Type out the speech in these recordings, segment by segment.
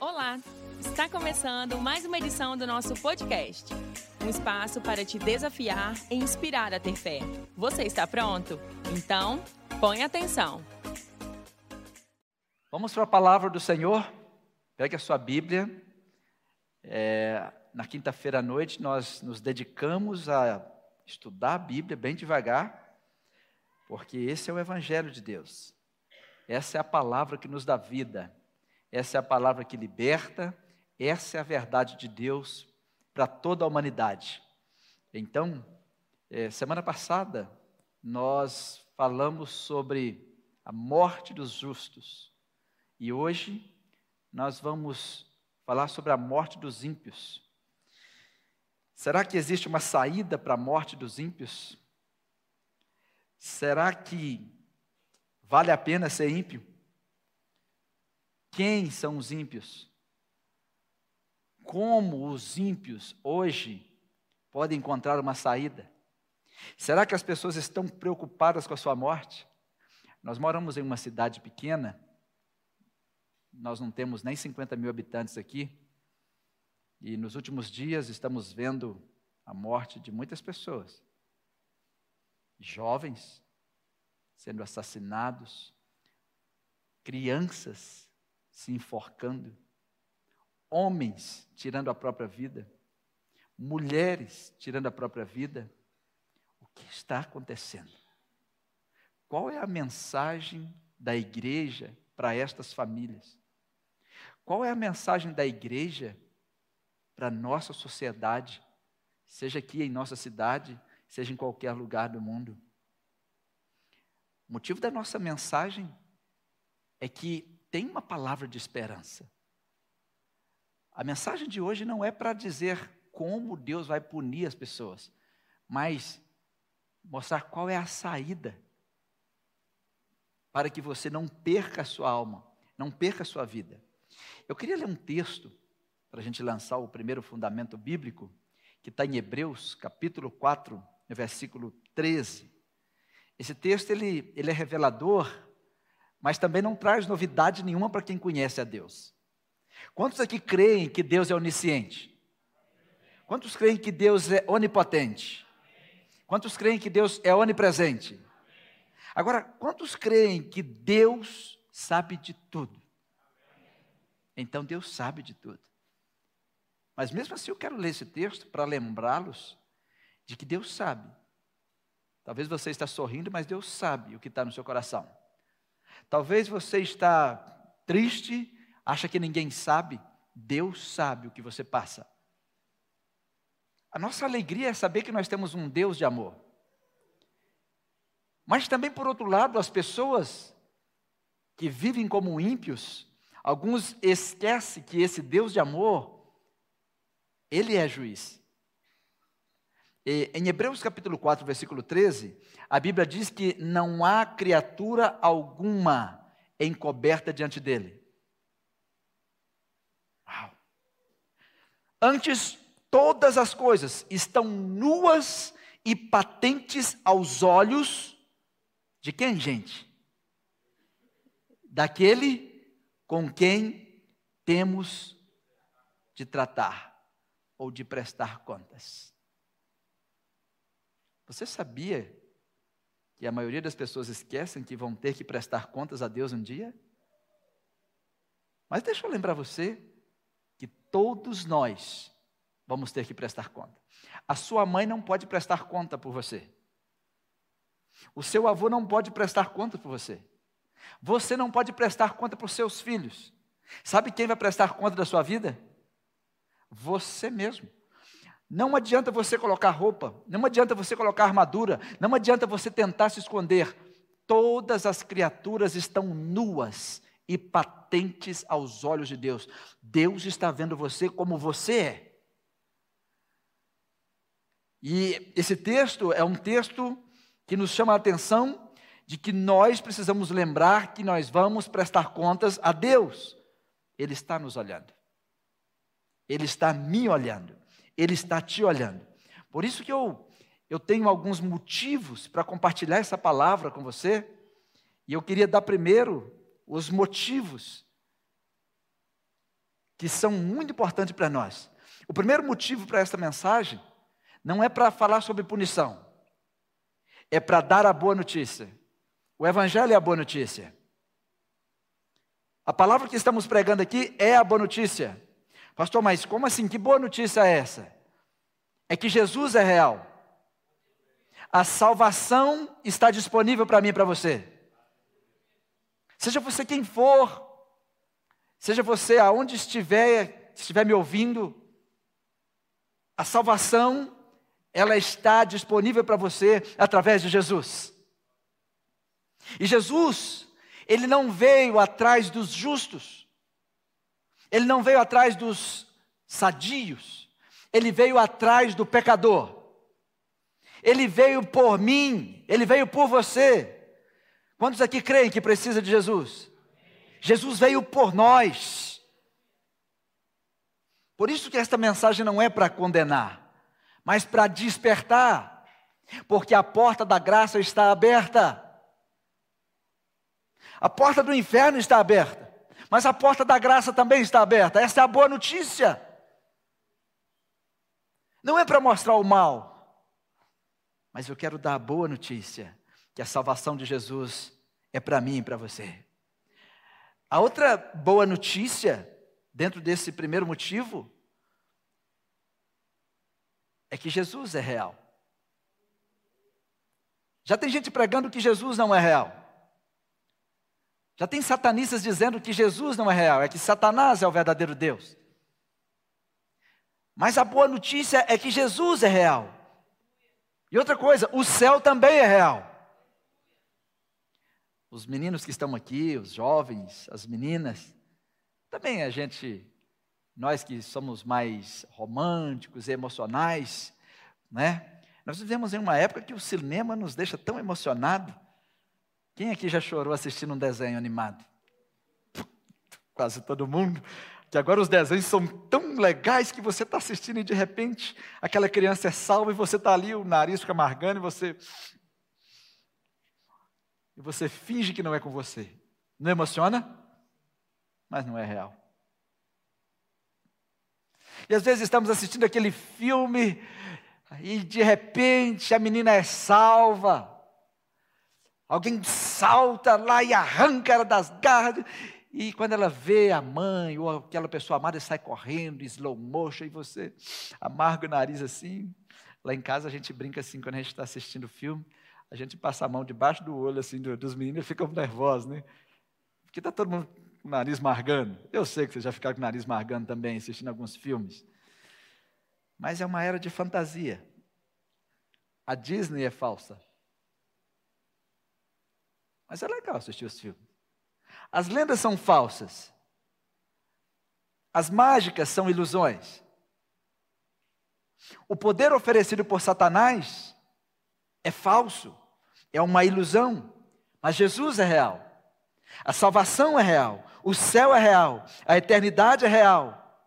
Olá! Está começando mais uma edição do nosso podcast. Um espaço para te desafiar e inspirar a ter fé. Você está pronto? Então, põe atenção. Vamos para a palavra do Senhor. Pegue a sua Bíblia. Na quinta-feira à noite nós nos dedicamos a estudar a Bíblia bem devagar, porque esse é o Evangelho de Deus. Essa é a palavra que nos dá vida. Essa é a palavra que liberta. Essa é a verdade de Deus para toda a humanidade. Então, semana passada, nós falamos sobre a morte dos justos. E hoje, nós vamos falar sobre a morte dos ímpios. Será que existe uma saída para a morte dos ímpios? Será que vale a pena ser ímpio? Quem são os ímpios? Como os ímpios hoje podem encontrar uma saída? Será que as pessoas estão preocupadas com a sua morte? Nós moramos em uma cidade pequena, nós não temos nem 50 mil habitantes aqui, e nos últimos dias estamos vendo a morte de muitas pessoas. Jovens sendo assassinados, crianças se enforcando, homens tirando a própria vida, mulheres tirando a própria vida. O que está acontecendo? Qual é a mensagem da igreja para estas famílias? Qual é a mensagem da igreja para a nossa sociedade, seja aqui em nossa cidade, seja em qualquer lugar do mundo? O motivo da nossa mensagem é que tem uma palavra de esperança. A mensagem de hoje não é para dizer como Deus vai punir as pessoas, mas mostrar qual é a saída para que você não perca a sua alma, não perca a sua vida. Eu queria ler um texto para a gente lançar o primeiro fundamento bíblico, que está em Hebreus, capítulo 4, no versículo 13. Esse texto ele é revelador, mas também não traz novidade nenhuma para quem conhece a Deus. Quantos aqui creem que Deus é onisciente? Quantos creem que Deus é onipotente? Quantos creem que Deus é onipresente? Agora, quantos creem que Deus sabe de tudo? Então Deus sabe de tudo. Mas mesmo assim eu quero ler esse texto para lembrá-los de que Deus sabe. Talvez você está sorrindo, mas Deus sabe o que está no seu coração. Talvez você está triste, acha que ninguém sabe. Deus sabe o que você passa. A nossa alegria é saber que nós temos um Deus de amor. Mas também, por outro lado, as pessoas que vivem como ímpios, alguns esquecem que esse Deus de amor, Ele é juiz. Em Hebreus capítulo 4, versículo 13, a Bíblia diz que não há criatura alguma encoberta diante dele. Uau. Antes, todas as coisas estão nuas e patentes aos olhos de quem, gente? Daquele com quem temos de tratar ou de prestar contas. Você sabia que a maioria das pessoas esquecem que vão ter que prestar contas a Deus um dia? Mas deixa eu lembrar você que todos nós vamos ter que prestar conta. A sua mãe não pode prestar conta por você. O seu avô não pode prestar conta por você. Você não pode prestar conta para os seus filhos. Sabe quem vai prestar conta da sua vida? Você mesmo. Não adianta você colocar roupa, não adianta você colocar armadura, não adianta você tentar se esconder. Todas as criaturas estão nuas e patentes aos olhos de Deus. Deus está vendo você como você é. E esse texto é um texto que nos chama a atenção de que nós precisamos lembrar que nós vamos prestar contas a Deus. Ele está nos olhando. Ele está me olhando. Ele está te olhando. Por isso que eu tenho alguns motivos para compartilhar essa palavra com você. E eu queria dar primeiro os motivos que são muito importantes para nós. O primeiro motivo para esta mensagem não é para falar sobre punição, é para dar a boa notícia. O Evangelho é a boa notícia. A palavra que estamos pregando aqui é a boa notícia. Pastor, mas como assim? Que boa notícia é essa? É que Jesus é real. A salvação está disponível para mim e para você. Seja você quem for, seja você aonde estiver me ouvindo, a salvação, ela está disponível para você através de Jesus. E Jesus, Ele não veio atrás dos justos, Ele não veio atrás dos sadios, Ele veio atrás do pecador. Ele veio por mim, Ele veio por você. Quantos aqui creem que precisa de Jesus? Jesus veio por nós. Por isso que esta mensagem não é para condenar, mas para despertar, porque a porta da graça está aberta. A porta do inferno está aberta, mas a porta da graça também está aberta. Essa é a boa notícia. Não é para mostrar o mal, mas eu quero dar a boa notícia, que a salvação de Jesus é para mim e para você. A outra boa notícia, dentro desse primeiro motivo, é que Jesus é real. Já tem gente pregando que Jesus não é real. Já tem satanistas dizendo que Jesus não é real, é que Satanás é o verdadeiro Deus. Mas a boa notícia é que Jesus é real. E outra coisa, o céu também é real. Os meninos que estão aqui, os jovens, as meninas, também nós que somos mais românticos e emocionais, né? Nós vivemos em uma época que o cinema nos deixa tão emocionado. Quem aqui já chorou assistindo um desenho animado? Quase todo mundo. Que agora os desenhos são tão legais que você está assistindo e de repente aquela criança é salva e você está ali, o nariz fica amargando e você finge que não é com você. Não emociona? Mas não é real. E às vezes estamos assistindo aquele filme e de repente a menina é salva. Alguém salta lá e arranca ela das garras. E quando ela vê a mãe ou aquela pessoa amada, sai correndo, slow motion, e você amarga o nariz assim. Lá em casa a gente brinca assim, quando a gente está assistindo o filme, a gente passa a mão debaixo do olho assim, dos meninos e ficam nervosos, né? Porque está todo mundo com o nariz margando. Eu sei que você já ficaram com o nariz margando também, assistindo alguns filmes. Mas é uma era de fantasia. A Disney é falsa. Mas é legal assistir os filmes. As lendas são falsas. As mágicas são ilusões. O poder oferecido por Satanás é falso, é uma ilusão. Mas Jesus é real. A salvação é real. O céu é real. A eternidade é real.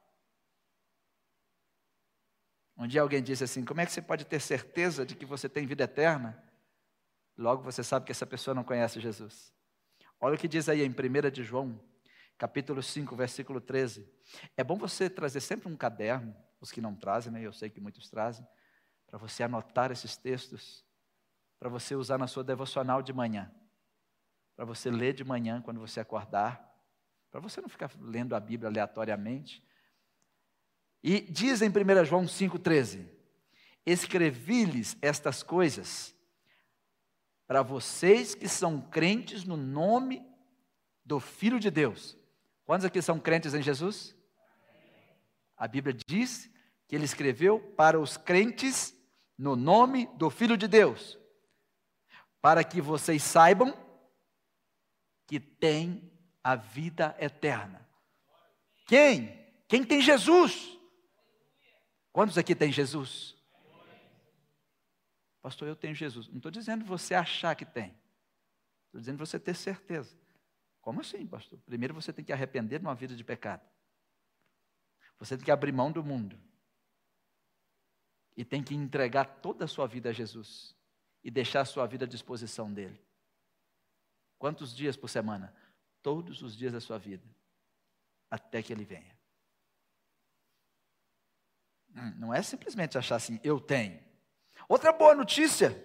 Um dia alguém disse assim: como é que você pode ter certeza de que você tem vida eterna? Logo você sabe que essa pessoa não conhece Jesus. Olha o que diz aí em 1 de João, capítulo 5, versículo 13. É bom você trazer sempre um caderno, os que não trazem, né? Eu sei que muitos trazem, para você anotar esses textos, para você usar na sua devocional de manhã, para você ler de manhã quando você acordar, para você não ficar lendo a Bíblia aleatoriamente. E diz em 1 João 5,13: escrevi-lhes estas coisas para vocês que são crentes no nome do Filho de Deus. Quantos aqui são crentes em Jesus? A Bíblia diz que ele escreveu para os crentes no nome do Filho de Deus, para que vocês saibam que tem a vida eterna. Quem? Quem tem Jesus? Quantos aqui tem Jesus? Pastor, eu tenho Jesus. Não estou dizendo você achar que tem. Estou dizendo você ter certeza. Como assim, pastor? Primeiro você tem que arrepender de uma vida de pecado. Você tem que abrir mão do mundo. E tem que entregar toda a sua vida a Jesus. E deixar a sua vida à disposição dele. Quantos dias por semana? Todos os dias da sua vida. Até que ele venha. Não é simplesmente achar assim, eu tenho. Outra boa notícia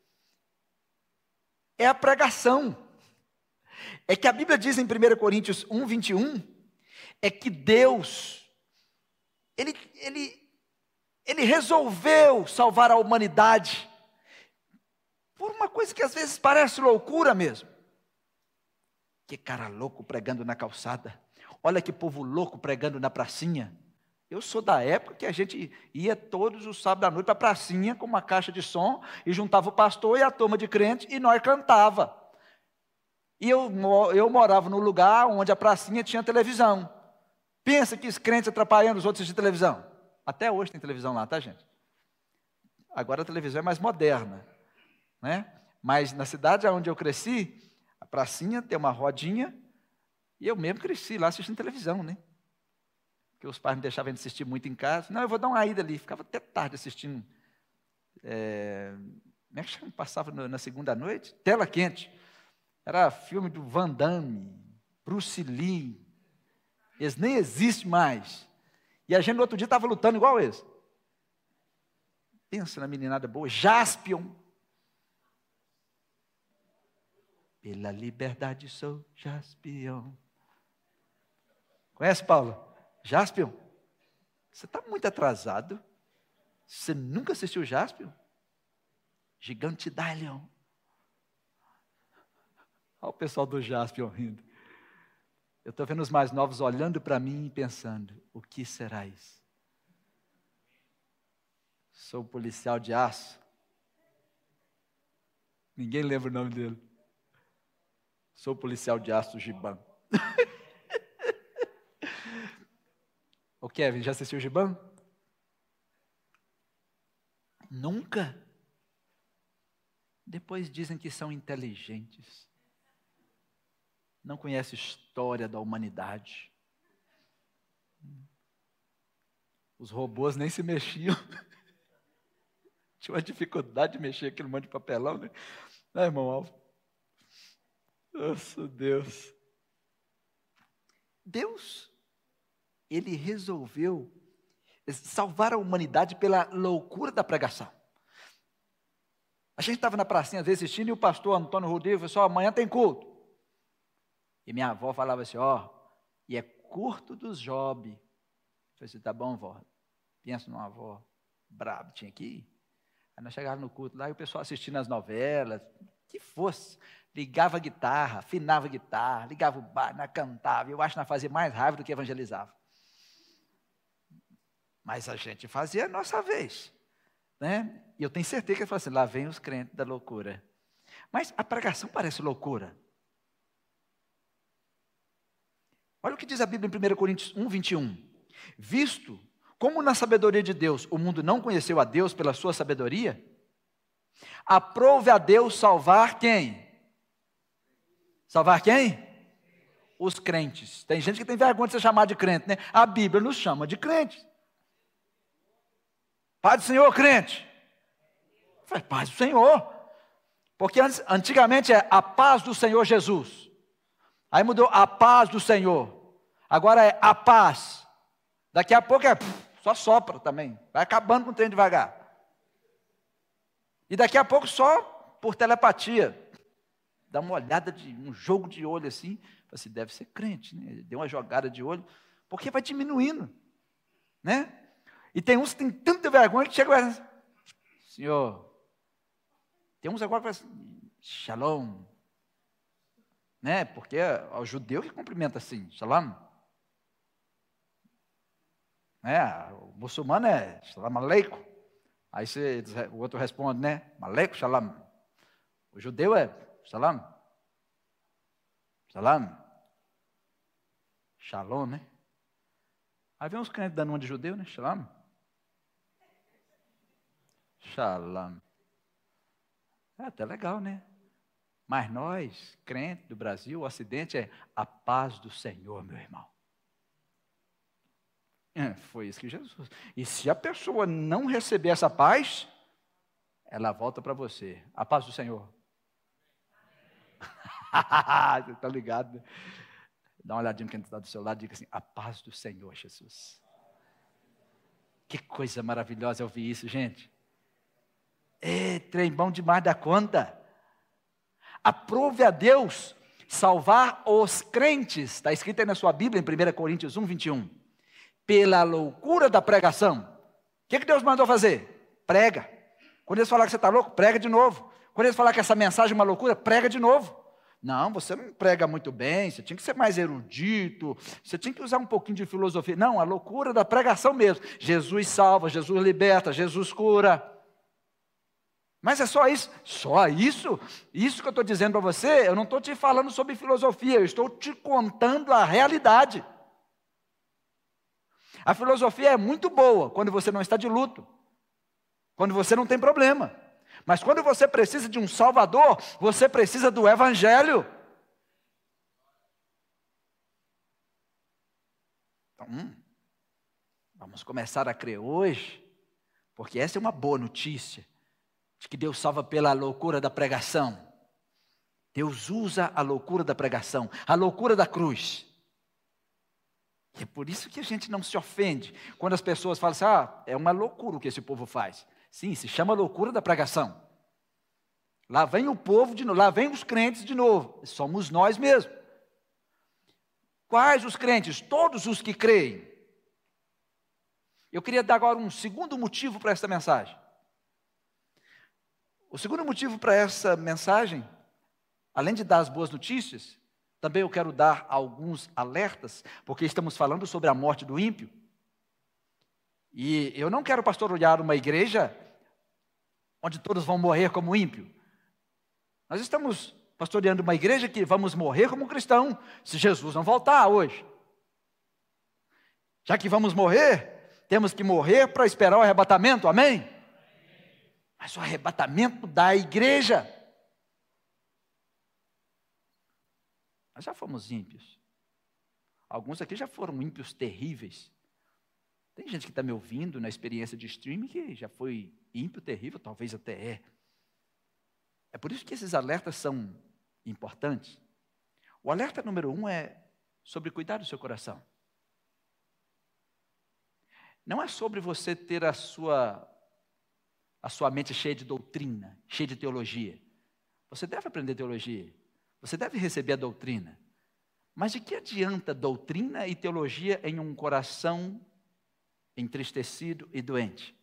é a pregação. É que a Bíblia diz em 1 Coríntios 1, 21, é que Deus, Ele resolveu salvar a humanidade por uma coisa que às vezes parece loucura mesmo. Que cara louco pregando na calçada. Olha que povo louco pregando na pracinha. Eu sou da época que a gente ia todos os sábados à noite para a pracinha com uma caixa de som e juntava o pastor e a turma de crente e nós cantava. E eu morava num lugar onde a pracinha tinha televisão. Pensa que os crentes atrapalhando os outros de televisão. Até hoje tem televisão lá, tá, gente? Agora a televisão é mais moderna, né? Mas na cidade onde eu cresci, a pracinha tem uma rodinha, e eu mesmo cresci lá assistindo televisão, né? Porque os pais me deixavam assistir muito em casa. Não, eu vou dar uma ida ali. Ficava até tarde assistindo. Como é que chama? Passava na segunda noite? Tela quente. Era filme do Van Damme, Bruce Lee. Eles nem existem mais. E a gente no outro dia estava lutando igual eles. Pensa na meninada boa. Jaspion. Pela liberdade sou Jaspion. Conhece, Paulo? Jaspion? Você está muito atrasado. Você nunca assistiu Jaspion? Gigante Dalion. Olha o pessoal do Jaspion rindo. Eu estou vendo os mais novos olhando para mim e pensando, o que será isso? Sou policial de aço. Ninguém lembra o nome dele. Sou policial de aço do Giban. O Kevin, já assistiu o Giban? Nunca. Depois dizem que são inteligentes. Não conhecem a história da humanidade. Os robôs nem se mexiam. Tinha uma dificuldade de mexer aquele monte de papelão, né? Né, irmão Alvo? Nossa, Deus. Deus, Ele resolveu salvar a humanidade pela loucura da pregação. A gente estava na pracinha às vezes assistindo e o pastor Antônio Rodrigues falou assim, amanhã tem culto. E minha avó falava assim, e é curto dos Job. Eu falei assim, tá bom, vó. Pensa numa avó braba, tinha que ir. Aí nós chegávamos no culto lá e o pessoal assistindo as novelas, que fosse. Ligava a guitarra, afinava a guitarra, ligava o bar, cantava. Eu acho que nós fazia mais raiva do que evangelizava. Mas a gente fazia a nossa vez. Né? E eu tenho certeza que ele falou assim, lá vem os crentes da loucura. Mas a pregação parece loucura. Olha o que diz a Bíblia em 1 Coríntios 1, 21. Visto como na sabedoria de Deus o mundo não conheceu a Deus pela sua sabedoria, aprove a Deus salvar quem? Salvar quem? Os crentes. Tem gente que tem vergonha de ser chamado de crente, né? A Bíblia nos chama de crente. Paz do Senhor, crente. Faz paz do Senhor. Porque antigamente é a paz do Senhor Jesus. Aí mudou a paz do Senhor. Agora é a paz. Daqui a pouco só sopra também. Vai acabando com o trem devagar. E daqui a pouco só por telepatia. Dá uma olhada de um jogo de olho assim. Você deve ser crente, né? Deu uma jogada de olho. Porque vai diminuindo. Né? E tem uns que tem tanta vergonha que chega e fala, Senhor. Tem uns agora que falam assim, Shalom. Né? Porque é o judeu que cumprimenta assim, Shalom. O muçulmano é Shalom Aleikum. Aí o outro responde, né? Aleikum Shalom. O judeu é Shalom. Shalom. Shalom, né? Aí vem uns crentes dando uma de judeu, né? Shalom. Shalom. É até legal, né? Mas nós, crentes do Brasil, o Ocidente é a paz do Senhor, meu irmão. Foi isso que Jesus. E se a pessoa não receber essa paz, ela volta para você. A paz do Senhor. Você está ligado, né? Dá uma olhadinha no que está do seu lado e diga assim, a paz do Senhor, Jesus. Que coisa maravilhosa ouvir isso, gente. Trem bom demais da conta. Aprove a Deus salvar os crentes, está escrito aí na sua Bíblia, em 1 Coríntios 1, 21, pela loucura da pregação. O que Deus mandou fazer? Prega. Quando eles falar que você está louco, prega de novo. Quando eles falar que essa mensagem é uma loucura, prega de novo. Não, você não prega muito bem, você tinha que ser mais erudito, você tinha que usar um pouquinho de filosofia. Não, a loucura da pregação mesmo. Jesus salva, Jesus liberta, Jesus cura. Mas é só isso? Só isso? Isso que eu estou dizendo para você, eu não estou te falando sobre filosofia, eu estou te contando a realidade. A filosofia é muito boa quando você não está de luto, quando você não tem problema. Mas quando você precisa de um Salvador, você precisa do Evangelho. Então, vamos começar a crer hoje, porque essa é uma boa notícia, de que Deus salva pela loucura da pregação. Deus usa a loucura da pregação, a loucura da cruz. E é por isso que a gente não se ofende quando as pessoas falam assim, é uma loucura o que esse povo faz. Sim, se chama loucura da pregação. Lá vem o povo de novo, lá vem os crentes de novo. Somos nós mesmos. Quais os crentes? Todos os que creem. Eu queria dar agora um segundo motivo para essa mensagem. O segundo motivo para essa mensagem, além de dar as boas notícias, também eu quero dar alguns alertas, porque estamos falando sobre a morte do ímpio. E eu não quero pastorear uma igreja onde todos vão morrer como ímpio. Nós estamos pastoreando uma igreja que vamos morrer como cristão, se Jesus não voltar hoje. Já que vamos morrer, temos que morrer para esperar o arrebatamento, amém? Mas o arrebatamento da igreja. Nós já fomos ímpios. Alguns aqui já foram ímpios terríveis. Tem gente que está me ouvindo na experiência de streaming que já foi ímpio terrível, talvez até é. É por isso que esses alertas são importantes. O alerta número 1 é sobre cuidar do seu coração. Não é sobre você ter a sua mente cheia de doutrina, cheia de teologia. Você deve aprender teologia. Você deve receber a doutrina. Mas de que adianta doutrina e teologia em um coração entristecido e doente?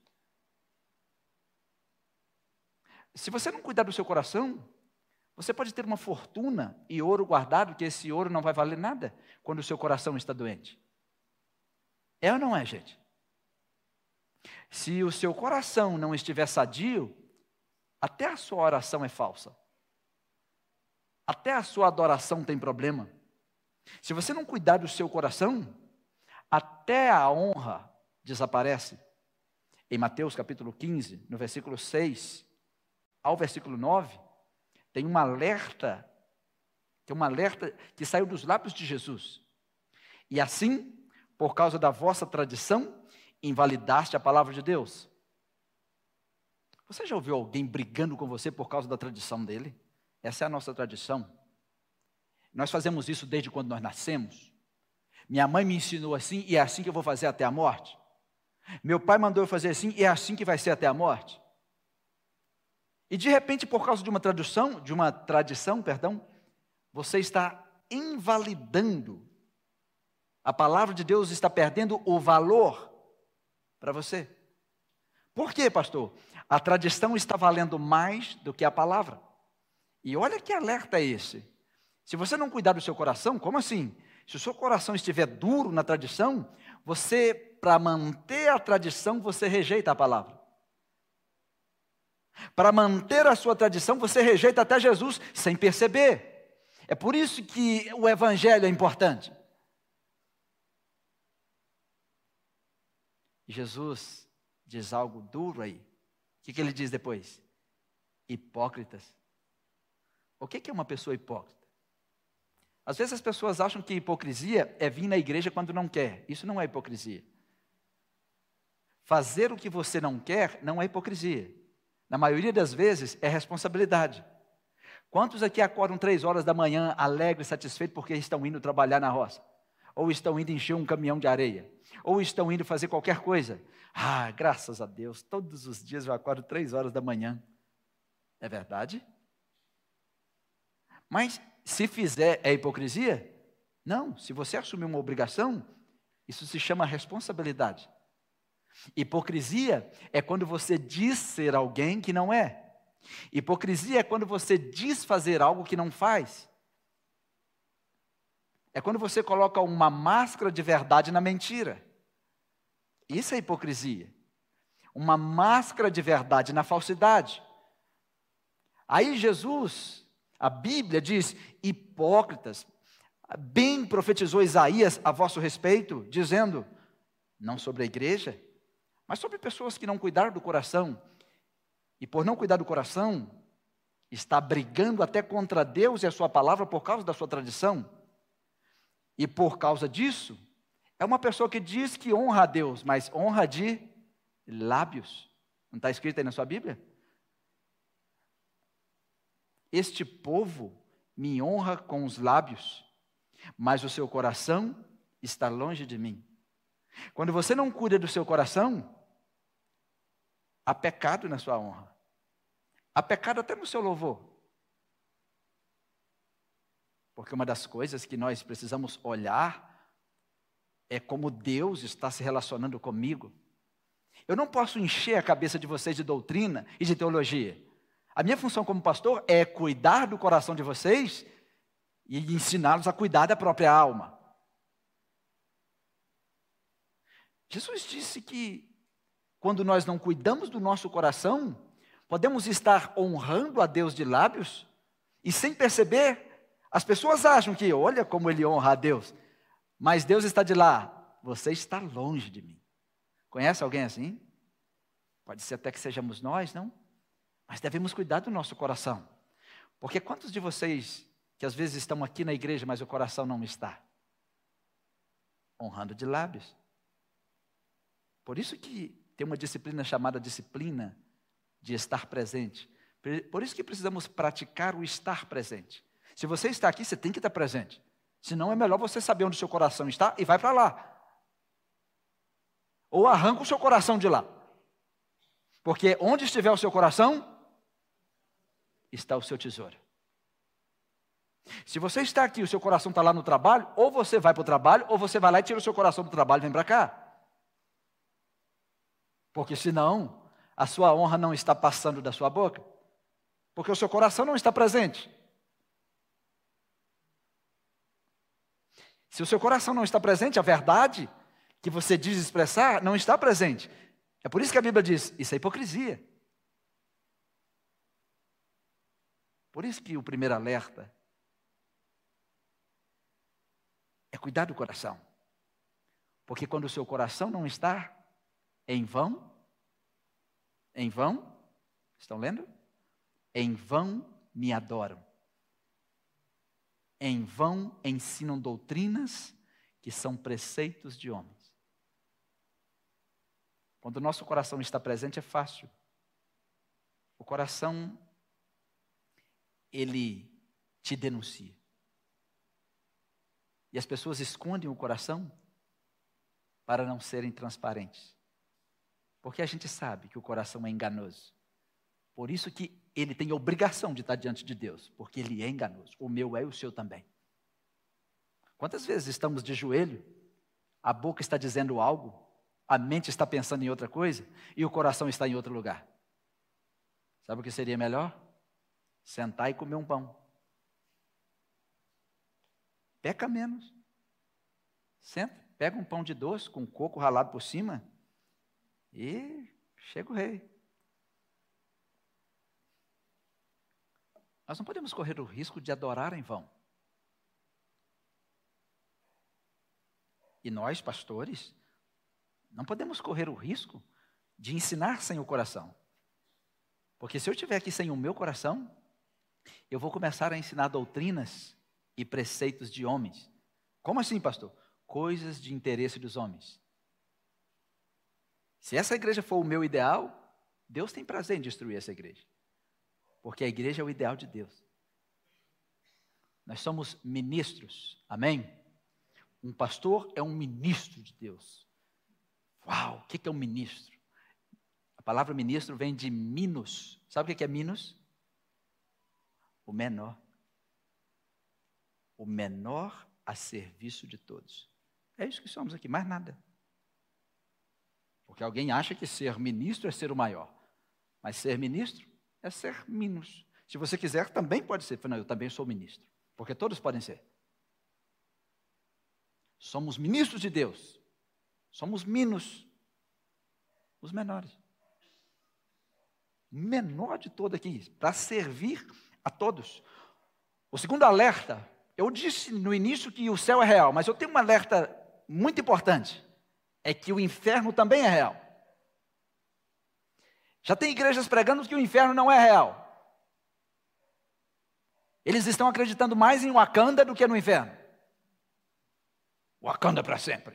Se você não cuidar do seu coração, você pode ter uma fortuna e ouro guardado, que esse ouro não vai valer nada quando o seu coração está doente. É ou não é, gente? Se o seu coração não estiver sadio, até a sua oração é falsa. Até a sua adoração tem problema. Se você não cuidar do seu coração, até a honra desaparece. Em Mateus capítulo 15, no versículo 6 ao versículo 9, tem um alerta que saiu dos lábios de Jesus. E assim, por causa da vossa tradição, invalidaste a palavra de Deus. Você já ouviu alguém brigando com você por causa da tradição dele? Essa é a nossa tradição. Nós fazemos isso desde quando nós nascemos. Minha mãe me ensinou assim e é assim que eu vou fazer até a morte. Meu pai mandou eu fazer assim e é assim que vai ser até a morte. E de repente, por causa de uma tradição, você está invalidando. A palavra de Deus está perdendo o valor para você. Por quê, pastor? A tradição está valendo mais do que a palavra. E olha que alerta é esse. Se você não cuidar do seu coração, como assim? Se o seu coração estiver duro na tradição, você, para manter a tradição, você rejeita a palavra. Para manter a sua tradição, você rejeita até Jesus, sem perceber. É por isso que o evangelho é importante. Jesus diz algo duro aí. O que ele diz depois? Hipócritas. O que é uma pessoa hipócrita? Às vezes as pessoas acham que hipocrisia é vir na igreja quando não quer. Isso não é hipocrisia. Fazer o que você não quer não é hipocrisia. Na maioria das vezes é responsabilidade. Quantos aqui acordam 3 horas da manhã alegres, satisfeitos porque estão indo trabalhar na roça? ou estão indo encher um caminhão de areia, ou estão indo fazer qualquer coisa. Graças a Deus, todos os dias eu acordo 3 horas da manhã. É verdade? Mas se fizer, é hipocrisia? Não, se você assumir uma obrigação, isso se chama responsabilidade. Hipocrisia é quando você diz ser alguém que não é. Hipocrisia é quando você diz fazer algo que não faz. É quando você coloca uma máscara de verdade na mentira. Isso é hipocrisia. Uma máscara de verdade na falsidade. Aí Jesus, a Bíblia diz, hipócritas, bem profetizou Isaías a vosso respeito, dizendo, não sobre a igreja, mas sobre pessoas que não cuidaram do coração. E por não cuidar do coração, está brigando até contra Deus e a sua palavra por causa da sua tradição. E por causa disso, é uma pessoa que diz que honra a Deus, mas honra de lábios. Não está escrito aí na sua Bíblia? Este povo me honra com os lábios, mas o seu coração está longe de mim. Quando você não cuida do seu coração, há pecado na sua honra. Há pecado até no seu louvor. Porque uma das coisas que nós precisamos olhar é como Deus está se relacionando comigo. Eu não posso encher a cabeça de vocês de doutrina e de teologia. A minha função como pastor é cuidar do coração de vocês e ensiná-los a cuidar da própria alma. Jesus disse que quando nós não cuidamos do nosso coração, podemos estar honrando a Deus de lábios e sem perceber, as pessoas acham que, olha como ele honra a Deus, mas Deus está de lá, você está longe de mim. Conhece alguém assim? Pode ser até que sejamos nós, não? Mas devemos cuidar do nosso coração. Porque quantos de vocês que às vezes estão aqui na igreja, mas o coração não está? Honrando de lábios. Por isso que tem uma disciplina chamada disciplina de estar presente. Por isso que precisamos praticar o estar presente. Se você está aqui, você tem que estar presente. Senão é melhor você saber onde o seu coração está e vai para lá. Ou arranca o seu coração de lá. Porque onde estiver o seu coração, está o seu tesouro. Se você está aqui e o seu coração está lá no trabalho, ou você vai para o trabalho, ou você vai lá e tira o seu coração do trabalho e vem para cá. Porque senão, a sua honra não está passando da sua boca. Porque o seu coração não está presente. Se o seu coração não está presente, a verdade que você diz expressar não está presente. É por isso que a Bíblia diz, isso é hipocrisia. Por isso que o primeiro alerta é cuidar do coração. Porque quando o seu coração não está em vão, estão lendo? Em vão me adoram. Em vão ensinam doutrinas que são preceitos de homens. Quando o nosso coração está presente é fácil. O coração, ele te denuncia. E as pessoas escondem o coração para não serem transparentes. Porque a gente sabe que o coração é enganoso. Por isso que ele tem a obrigação de estar diante de Deus, porque ele é enganoso. O meu é e o seu também. Quantas vezes estamos de joelho, a boca está dizendo algo, a mente está pensando em outra coisa e o coração está em outro lugar? Sabe o que seria melhor? Sentar e comer um pão. Peca menos. Senta, pega um pão de doce com coco ralado por cima e chega o rei. Nós não podemos correr o risco de adorar em vão. E nós, pastores, não podemos correr o risco de ensinar sem o coração. Porque se eu estiver aqui sem o meu coração, eu vou começar a ensinar doutrinas e preceitos de homens. Como assim, pastor? Coisas de interesse dos homens. Se essa igreja for o meu ideal, Deus tem prazer em destruir essa igreja. Porque a igreja é o ideal de Deus. Nós somos ministros, amém? Um pastor é um ministro de Deus. Uau, o que é um ministro? A palavra ministro vem de minos. Sabe o que é minos? O menor. O menor a serviço de todos. É isso que somos aqui, mais nada. Porque alguém acha que ser ministro é ser o maior. Mas ser ministro é ser minos. Se você quiser, também pode ser. Não, eu também sou ministro. Porque todos podem ser. Somos ministros de Deus. Somos minos. Os menores. O menor de todo aqui, para servir a todos. O segundo alerta, eu disse no início que o céu é real, mas eu tenho um alerta muito importante. É que o inferno também é real. Já tem igrejas pregando que o inferno não é real. Eles estão acreditando mais em Wakanda do que no inferno. Wakanda para sempre.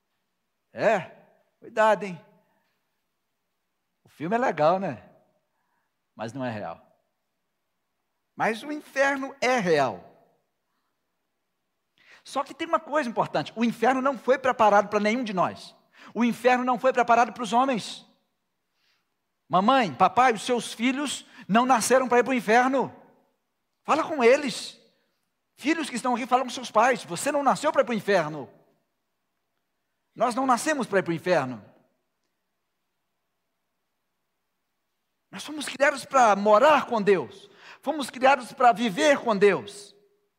Cuidado, hein? O filme é legal, né? Mas não é real. Mas o inferno é real. Só que tem uma coisa importante. O inferno não foi preparado para nenhum de nós. O inferno não foi preparado para os homens. Mamãe, papai, os seus filhos não nasceram para ir para o inferno. Fala com eles. Filhos que estão aqui, falam com seus pais. Você não nasceu para ir para o inferno. Nós não nascemos para ir para o inferno. Nós fomos criados para morar com Deus. Fomos criados para viver com Deus.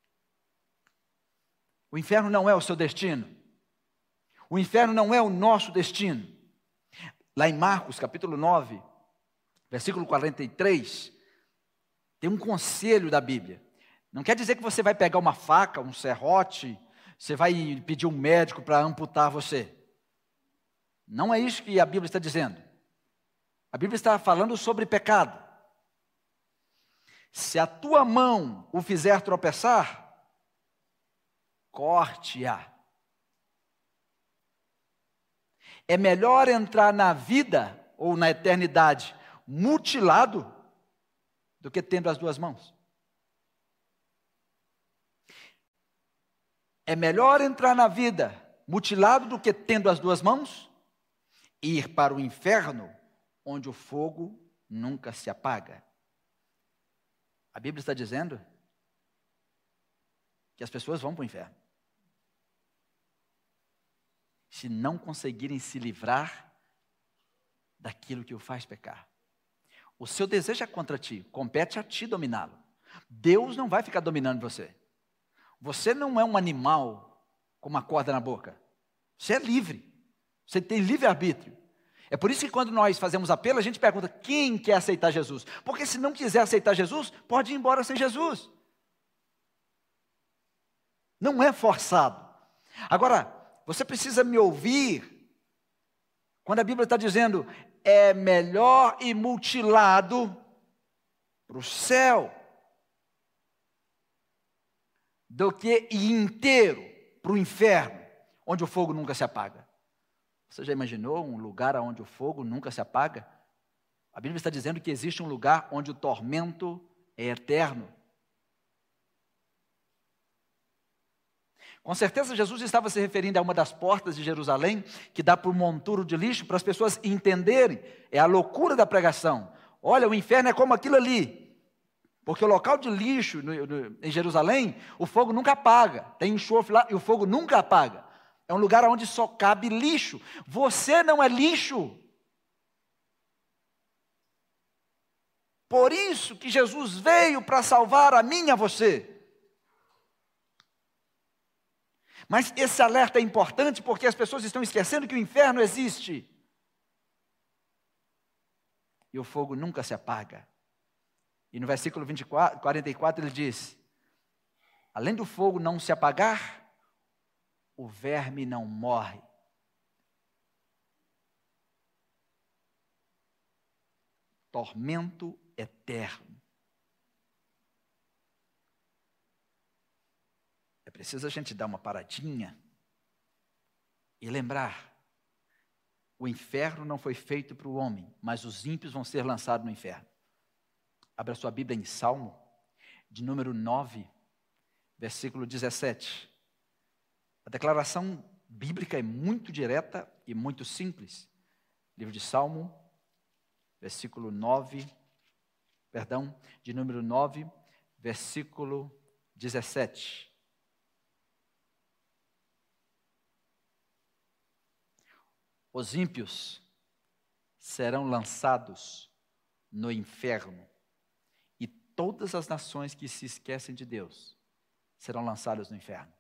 O inferno não é o seu destino. O inferno não é o nosso destino. Lá em Marcos, capítulo 9, versículo 43, tem um conselho da Bíblia. Não quer dizer que você vai pegar uma faca, um serrote, você vai pedir um médico para amputar você. Não é isso que a Bíblia está dizendo. A Bíblia está falando sobre pecado. Se a tua mão o fizer tropeçar, corte-a. É melhor entrar na vida ou na eternidade mutilado do que tendo as duas mãos. É melhor entrar na vida mutilado do que tendo as duas mãos e ir para o inferno, onde o fogo nunca se apaga. A Bíblia está dizendo que as pessoas vão para o inferno se não conseguirem se livrar daquilo que o faz pecar. O seu desejo é contra ti, compete a ti dominá-lo. Deus não vai ficar dominando você. Você não é um animal com uma corda na boca. Você é livre. Você tem livre-arbítrio. É por isso que quando nós fazemos apelo, a gente pergunta, quem quer aceitar Jesus? Porque se não quiser aceitar Jesus, pode ir embora sem Jesus. Não é forçado. Agora, você precisa me ouvir, quando a Bíblia está dizendo, é melhor ir mutilado para o céu, do que ir inteiro para o inferno, onde o fogo nunca se apaga. Você já imaginou um lugar onde o fogo nunca se apaga? A Bíblia está dizendo que existe um lugar onde o tormento é eterno. Com certeza Jesus estava se referindo a uma das portas de Jerusalém, que dá para o monturo de lixo, para as pessoas entenderem. É a loucura da pregação. Olha, o inferno é como aquilo ali. Porque o local de lixo em Jerusalém, o fogo nunca apaga. Tem enxofre lá e o fogo nunca apaga. É um lugar onde só cabe lixo. Você não é lixo. Por isso que Jesus veio para salvar a mim e a você. Mas esse alerta é importante porque as pessoas estão esquecendo que o inferno existe. E o fogo nunca se apaga. E no versículo 44 ele diz, além do fogo não se apagar, o verme não morre. Tormento eterno. É preciso a gente dar uma paradinha e lembrar, o inferno não foi feito para o homem, mas os ímpios vão ser lançados no inferno. Abra sua Bíblia em Salmo, de número 9, versículo 17. A declaração bíblica é muito direta e muito simples. Livro de Salmo, de número 9, versículo 17. Os ímpios serão lançados no inferno, e todas as nações que se esquecem de Deus serão lançadas no inferno.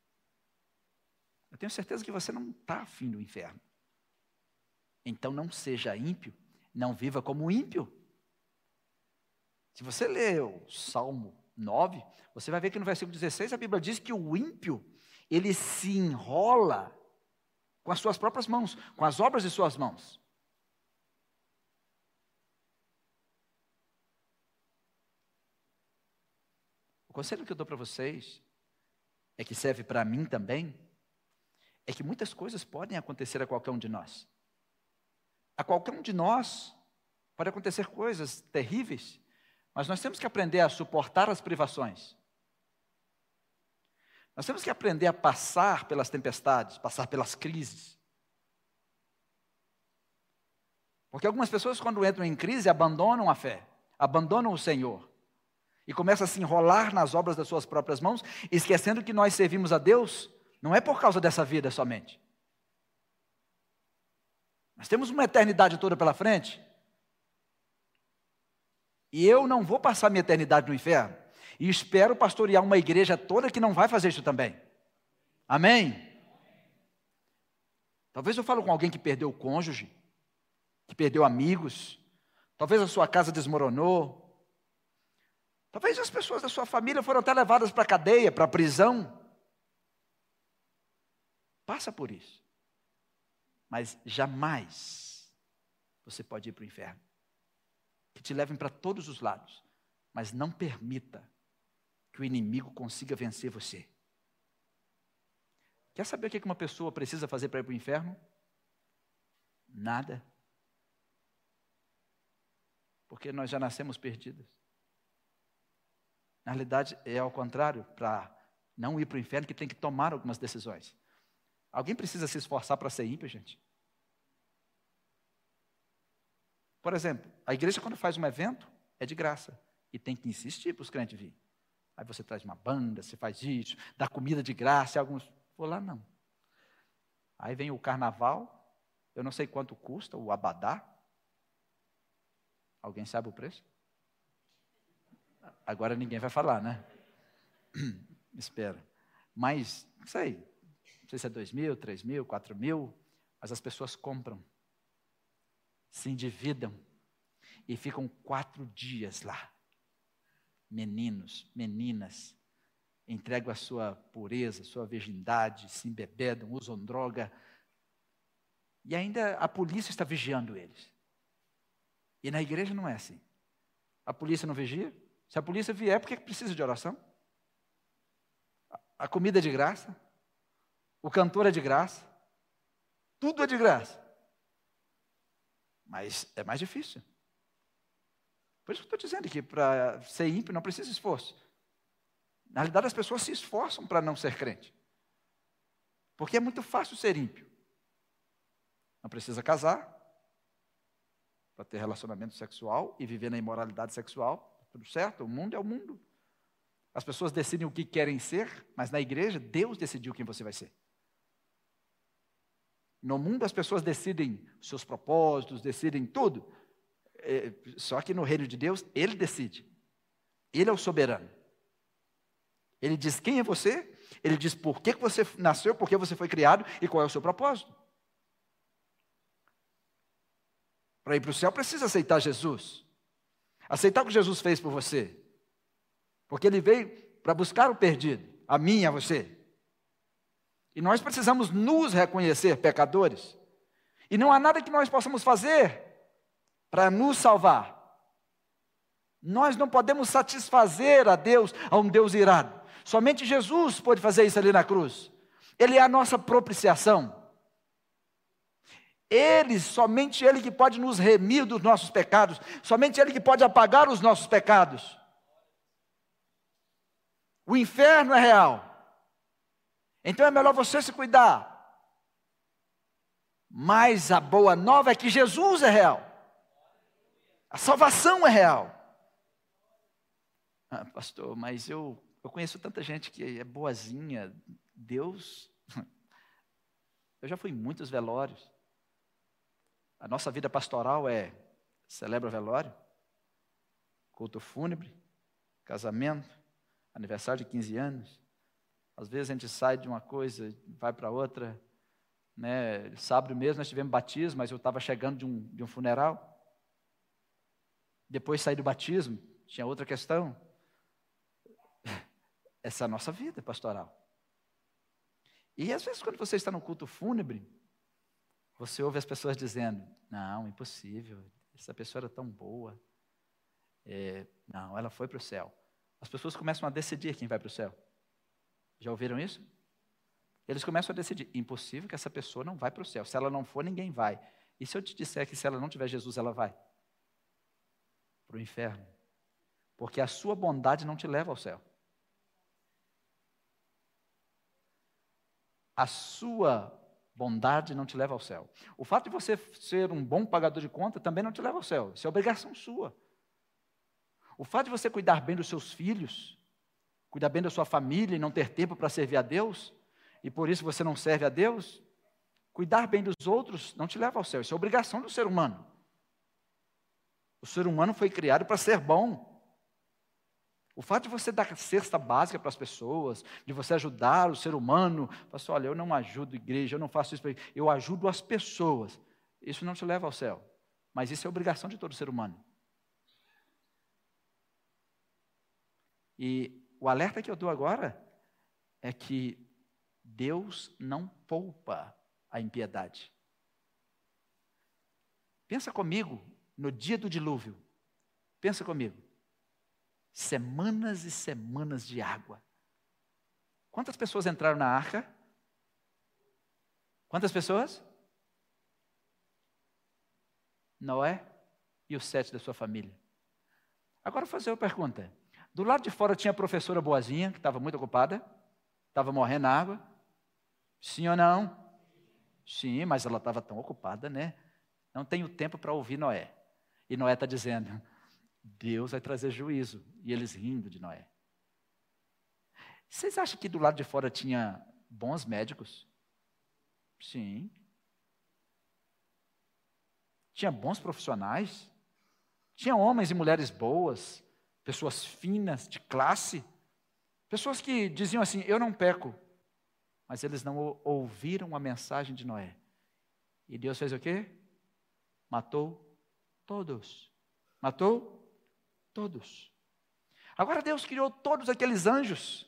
Eu tenho certeza que você não está afim do inferno. Então não seja ímpio, não viva como ímpio. Se você ler o Salmo 9, você vai ver que no versículo 16 a Bíblia diz que o ímpio, ele se enrola com as suas próprias mãos, com as obras de suas mãos. O conselho que eu dou para vocês, é que serve para mim também, é que muitas coisas podem acontecer a qualquer um de nós. A qualquer um de nós pode acontecer coisas terríveis, mas nós temos que aprender a suportar as privações. Nós temos que aprender a passar pelas tempestades, passar pelas crises. Porque algumas pessoas, quando entram em crise, abandonam a fé, abandonam o Senhor, e começam a se enrolar nas obras das suas próprias mãos, esquecendo que nós servimos a Deus, não é por causa dessa vida somente. Nós temos uma eternidade toda pela frente, e eu não vou passar minha eternidade no inferno, e espero pastorear uma igreja toda que não vai fazer isso também. Amém? Talvez eu fale com alguém que perdeu o cônjuge, que perdeu amigos, talvez a sua casa desmoronou, talvez as pessoas da sua família foram até levadas para a cadeia, para a prisão. Passa por isso. Mas jamais você pode ir para o inferno. Que te levem para todos os lados, mas não permita que o inimigo consiga vencer você. Quer saber o que uma pessoa precisa fazer para ir para o inferno? Nada. Porque nós já nascemos perdidos. Na realidade, é ao contrário, para não ir para o inferno que tem que tomar algumas decisões. Alguém precisa se esforçar para ser ímpio, gente? Por exemplo, a igreja quando faz um evento, é de graça. E tem que insistir para os crentes virem. Aí você traz uma banda, você faz isso, dá comida de graça, e alguns... Vou lá não. Aí vem o carnaval, eu não sei quanto custa o abadá. Alguém sabe o preço? Agora ninguém vai falar, né? Espera. Mas, não sei se é 2.000, 3.000, 4.000, mas as pessoas compram, se endividam e ficam 4 dias lá. Meninos, meninas, entregam a sua pureza, sua virgindade, se embebedam, usam droga, e ainda a polícia está vigiando eles. E na igreja não é assim. A polícia não vigia? Se a polícia vier, por que precisa de oração? A comida é de graça, o cantor é de graça, tudo é de graça. Mas é mais difícil. Por isso que eu estou dizendo que para ser ímpio não precisa esforço. Na realidade, as pessoas se esforçam para não ser crente. Porque é muito fácil ser ímpio. Não precisa casar para ter relacionamento sexual e viver na imoralidade sexual. Tudo certo, o mundo é o mundo. As pessoas decidem o que querem ser, mas na igreja, Deus decidiu quem você vai ser. No mundo, as pessoas decidem seus propósitos, decidem tudo. Só que no reino de Deus, Ele decide. Ele é o soberano. Ele diz quem é você, Ele diz por que você nasceu, por que você foi criado e qual é o seu propósito. Para ir para o céu, precisa aceitar Jesus. Aceitar o que Jesus fez por você. Porque Ele veio para buscar o perdido, a mim e a você. E nós precisamos nos reconhecer pecadores. E não há nada que nós possamos fazer para nos salvar. Nós não podemos satisfazer a Deus, a um Deus irado. Somente Jesus pode fazer isso ali na cruz. Ele é a nossa propiciação. Somente Ele que pode nos remir dos nossos pecados. Somente Ele que pode apagar os nossos pecados. O inferno é real. Então é melhor você se cuidar. Mas a boa nova é que Jesus é real. A salvação é real. Ah, pastor, mas eu conheço tanta gente que é boazinha. Deus... Eu já fui em muitos velórios. A nossa vida pastoral celebra velório, culto fúnebre, casamento, aniversário de 15 anos. Às vezes a gente sai de uma coisa e vai para outra. Né? Sábado mesmo nós tivemos batismo, mas eu estava chegando de um funeral. Depois saí do batismo, tinha outra questão. Essa é a nossa vida pastoral. E às vezes quando você está no culto fúnebre, você ouve as pessoas dizendo, não, impossível, essa pessoa era tão boa. Não, ela foi para o céu. As pessoas começam a decidir quem vai para o céu. Já ouviram isso? Eles começam a decidir, impossível que essa pessoa não vai para o céu. Se ela não for, ninguém vai. E se eu te disser que se ela não tiver Jesus, ela vai? Para o inferno. Porque a sua bondade não te leva ao céu. A sua bondade não te leva ao céu. O fato de você ser um bom pagador de conta também não te leva ao céu. Isso é obrigação sua. O fato de você cuidar bem dos seus filhos, cuidar bem da sua família e não ter tempo para servir a Deus, e por isso você não serve a Deus, cuidar bem dos outros não te leva ao céu. Isso é obrigação do ser humano. O ser humano foi criado para ser bom. O fato de você dar cesta básica para as pessoas, de você ajudar o ser humano, pastor, olha, eu não ajudo a igreja, eu não faço isso, eu ajudo as pessoas. Isso não te leva ao céu, mas isso é obrigação de todo ser humano. E o alerta que eu dou agora é que Deus não poupa a impiedade. Pensa comigo no dia do dilúvio. Pensa comigo. Semanas e semanas de água. Quantas pessoas entraram na arca? Quantas pessoas? Noé e os 7 da sua família. Agora eu vou fazer uma pergunta. Do lado de fora tinha a professora boazinha, que estava muito ocupada, estava morrendo na água. Sim ou não? Sim, mas ela estava tão ocupada, né? Não tenho tempo para ouvir Noé. E Noé está dizendo, Deus vai trazer juízo. E eles rindo de Noé. Vocês acham que do lado de fora tinha bons médicos? Sim. Tinha bons profissionais? Tinha homens e mulheres boas, pessoas finas, de classe, pessoas que diziam assim, eu não peco. Mas eles não ouviram a mensagem de Noé. E Deus fez o quê? Matou todos. Matou todos. Agora Deus criou todos aqueles anjos,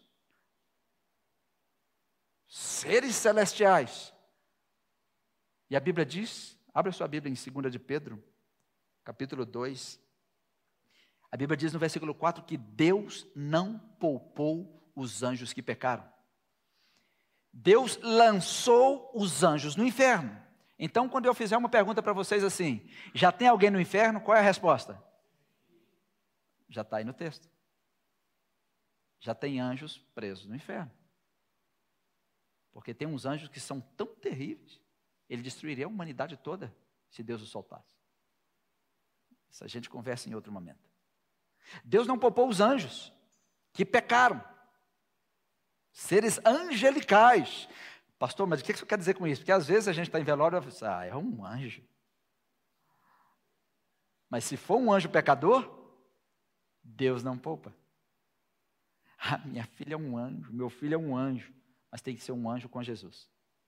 seres celestiais. E a Bíblia diz, abre a sua Bíblia em 2 de Pedro, capítulo 2. A Bíblia diz no versículo 4 que Deus não poupou os anjos que pecaram. Deus lançou os anjos no inferno. Então, quando eu fizer uma pergunta para vocês assim, já tem alguém no inferno? Qual é a resposta? Já está aí no texto. Já tem anjos presos no inferno. Porque tem uns anjos que são tão terríveis, ele destruiria a humanidade toda, se Deus os soltasse. Essa gente conversa em outro momento. Deus não poupou os anjos que pecaram. Seres angelicais. Pastor, mas o que você quer dizer com isso? Porque às vezes a gente está em velório e fala, é um anjo. Mas se for um anjo pecador, Deus não poupa. Ah, minha filha é um anjo, meu filho é um anjo, mas tem que ser um anjo com Jesus.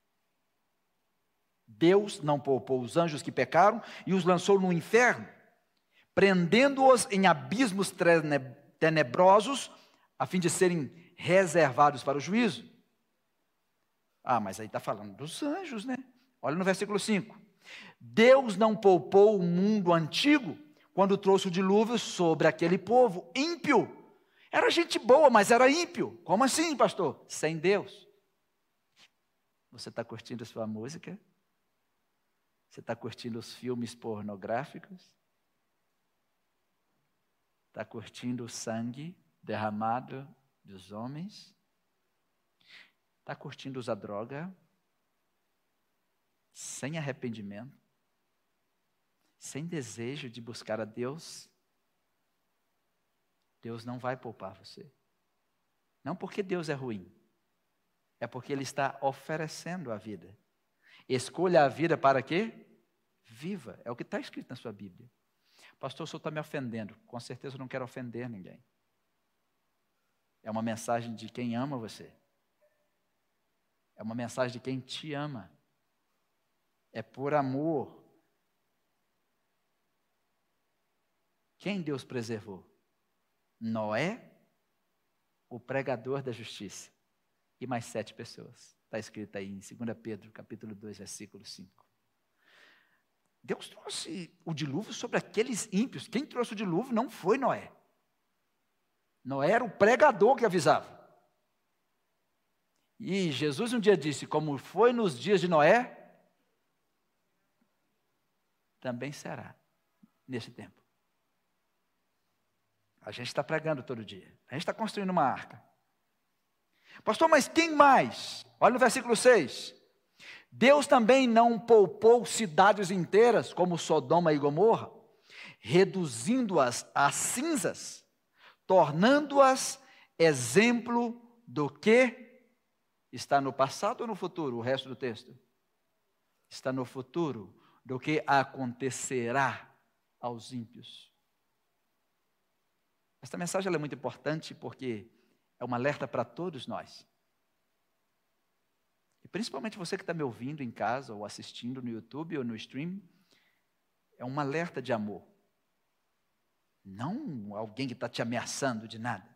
Deus não poupou os anjos que pecaram e os lançou no inferno, prendendo-os em abismos tenebrosos, a fim de serem reservados para o juízo. Ah, mas aí está falando dos anjos, né? Olha no versículo 5. Deus não poupou o mundo antigo quando trouxe o dilúvio sobre aquele povo ímpio. Era gente boa, mas era ímpio. Como assim, pastor? Sem Deus. Você está curtindo a sua música? Você está curtindo os filmes pornográficos? Está curtindo o sangue derramado dos homens? está curtindo usar droga, sem arrependimento, sem desejo de buscar a Deus, Deus não vai poupar você. Não porque Deus é ruim, é porque Ele está oferecendo a vida. Escolha a vida para quê? Viva, é o que está escrito na sua Bíblia. Pastor, o senhor está me ofendendo. Com certeza eu não quero ofender ninguém. É uma mensagem de quem ama você. É uma mensagem de quem te ama. É por amor. Quem Deus preservou? Noé, o pregador da justiça, e mais 7 pessoas. Está escrito aí em 2 Pedro, capítulo 2, versículo 5. Deus trouxe o dilúvio sobre aqueles ímpios. Quem trouxe o dilúvio não foi Noé. Noé era o pregador que avisava. E Jesus um dia disse, como foi nos dias de Noé, também será nesse tempo. A gente está pregando todo dia. A gente está construindo uma arca. Pastor, mas quem mais? Olha no versículo 6. Deus também não poupou cidades inteiras, como Sodoma e Gomorra, reduzindo-as a cinzas, tornando-as exemplo do que está no passado ou no futuro, o resto do texto? Está no futuro, do que acontecerá aos ímpios. Esta mensagem ela é muito importante porque é um alerta para todos nós. E principalmente você que está me ouvindo em casa, ou assistindo no YouTube ou no stream, é um alerta de amor. Não alguém que está te ameaçando de nada.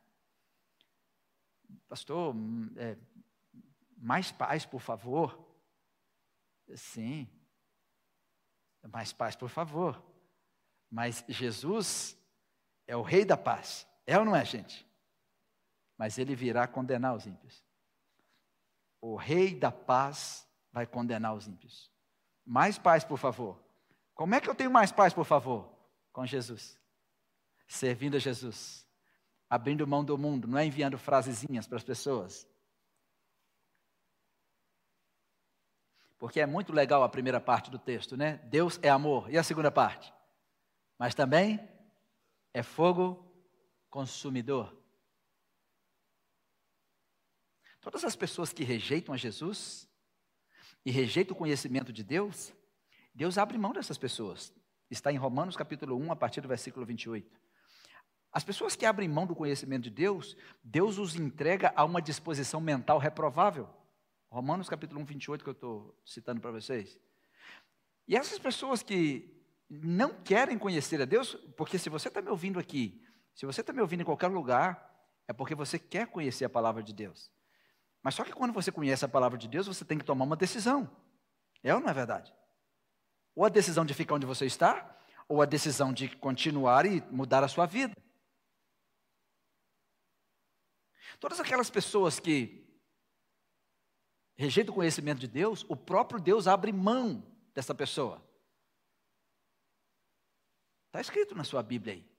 Pastor, mais paz, por favor. Sim, mais paz, por favor. Mas Jesus é o rei da paz. É ou não é, gente? Mas ele virá condenar os ímpios. O rei da paz vai condenar os ímpios. Mais paz, por favor. Como é que eu tenho mais paz, por favor? Com Jesus. Servindo a Jesus. Abrindo mão do mundo, não é enviando frasezinhas para as pessoas. Porque é muito legal a primeira parte do texto, né? Deus é amor. E a segunda parte? Mas também é fogo consumidor. Todas as pessoas que rejeitam a Jesus e rejeitam o conhecimento de Deus, Deus abre mão dessas pessoas. Está em Romanos capítulo 1, a partir do versículo 28. As pessoas que abrem mão do conhecimento de Deus, Deus os entrega a uma disposição mental reprovável. Romanos capítulo 1, 28, que eu estou citando para vocês. E essas pessoas que não querem conhecer a Deus, porque se você está me ouvindo aqui, se você está me ouvindo em qualquer lugar, é porque você quer conhecer a palavra de Deus. Mas só que quando você conhece a palavra de Deus, você tem que tomar uma decisão. É ou não é verdade? Ou a decisão de ficar onde você está, ou a decisão de continuar e mudar a sua vida. Todas aquelas pessoas que rejeitam o conhecimento de Deus, o próprio Deus abre mão dessa pessoa. Está escrito na sua Bíblia aí.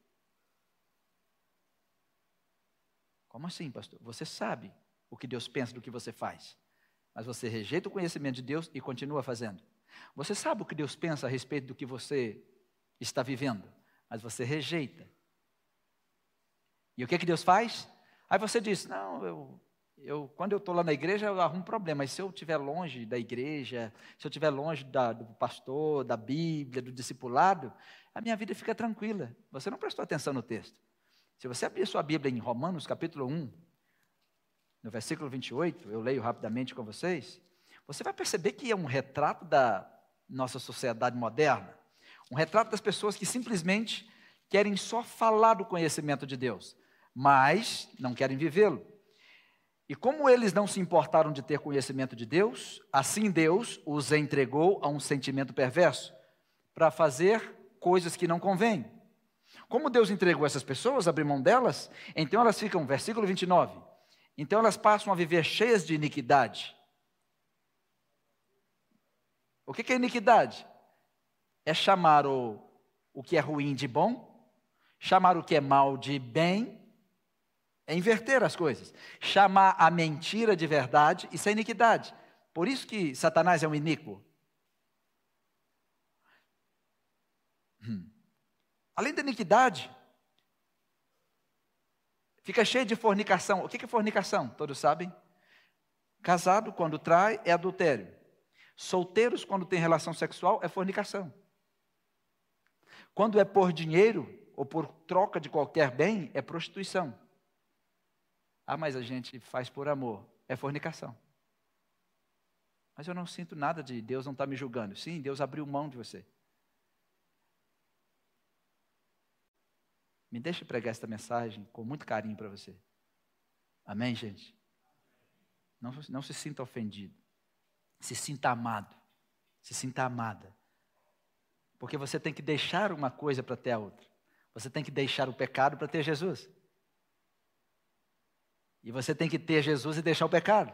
Como assim, pastor? Você sabe o que Deus pensa do que você faz, mas você rejeita o conhecimento de Deus e continua fazendo. Você sabe o que Deus pensa a respeito do que você está vivendo, mas você rejeita. E o que Deus faz? Aí você diz, não, quando eu estou lá na igreja, eu arrumo problema, mas se eu estiver longe da igreja, se eu estiver longe do pastor, da Bíblia, do discipulado, a minha vida fica tranquila. Você não prestou atenção no texto. Se você abrir sua Bíblia em Romanos capítulo 1, no versículo 28, eu leio rapidamente com vocês, você vai perceber que é um retrato da nossa sociedade moderna, um retrato das pessoas que simplesmente querem só falar do conhecimento de Deus, mas não querem vivê-lo. E como eles não se importaram de ter conhecimento de Deus, assim Deus os entregou a um sentimento perverso, para fazer coisas que não convêm. Como Deus entregou essas pessoas, abriu mão delas, então elas ficam, versículo 29, então elas passam a viver cheias de iniquidade. O que é iniquidade? É chamar o que é ruim de bom, chamar o que é mal de bem, É inverter as coisas. Chamar a mentira de verdade, isso é iniquidade. Por isso que Satanás é um iníquo. Além da iniquidade, fica cheio de fornicação. O que é fornicação? Todos sabem? Casado, quando trai, é adultério. Solteiros, quando tem relação sexual, é fornicação. Quando é por dinheiro, ou por troca de qualquer bem, é prostituição. Ah, mas a gente faz por amor. É fornicação. Mas eu não sinto nada de Deus não está me julgando. Sim, Deus abriu mão de você. Me deixe pregar esta mensagem com muito carinho para você. Amém, gente? Não se sinta ofendido. Se sinta amado. Se sinta amada. Porque você tem que deixar uma coisa para ter a outra. Você tem que deixar o pecado para ter Jesus. E você tem que ter Jesus e deixar o pecado.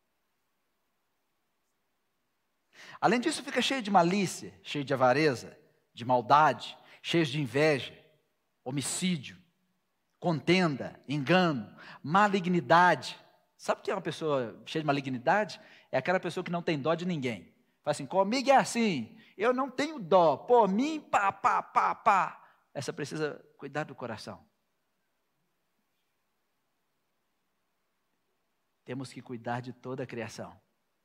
Além disso, fica cheio de malícia, cheio de avareza, de maldade, cheio de inveja, homicídio, contenda, engano, malignidade. Sabe o que é uma pessoa cheia de malignidade? É aquela pessoa que não tem dó de ninguém. Fala assim, comigo é assim, eu não tenho dó, por mim, pá. Essa precisa cuidar do coração. Temos que cuidar de toda a criação.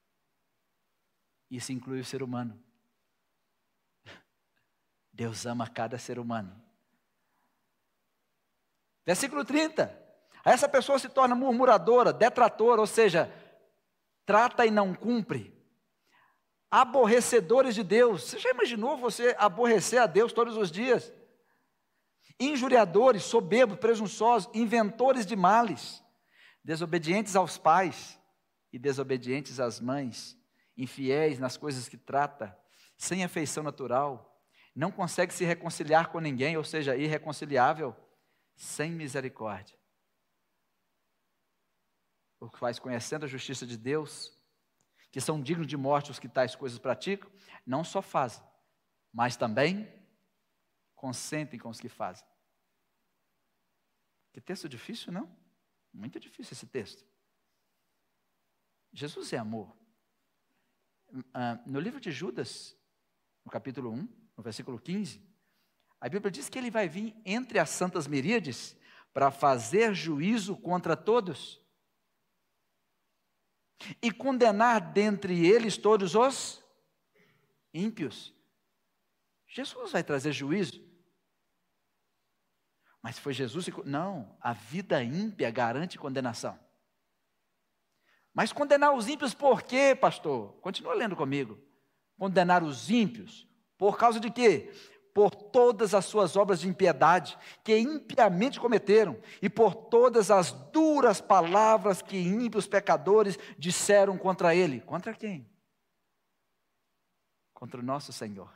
Isso inclui o ser humano. Deus ama cada ser humano. Versículo 30. Essa pessoa se torna murmuradora, detratora, ou seja, trata e não cumpre. Aborrecedores de Deus. Você já imaginou você aborrecer a Deus todos os dias? Injuriadores, soberbos, presunçosos, inventores de males, desobedientes aos pais e desobedientes às mães, infiéis nas coisas que trata, sem afeição natural, não consegue se reconciliar com ninguém, ou seja, irreconciliável, sem misericórdia. O que faz conhecendo a justiça de Deus, que são dignos de morte os que tais coisas praticam, não só fazem, mas também consentem com os que fazem. Que texto difícil, não? Muito difícil esse texto. Jesus é amor. No livro de Judas, no capítulo 1, no versículo 15, a Bíblia diz que ele vai vir entre as santas miríades para fazer juízo contra todos e condenar dentre eles todos os ímpios. Jesus vai trazer juízo. Mas foi Jesus que... Não, a vida ímpia garante condenação. Mas condenar os ímpios por quê, pastor? Continua lendo comigo. Condenar os ímpios por causa de quê? Por todas as suas obras de impiedade que impiamente cometeram e por todas as duras palavras que ímpios pecadores disseram contra ele. Contra quem? Contra o nosso Senhor.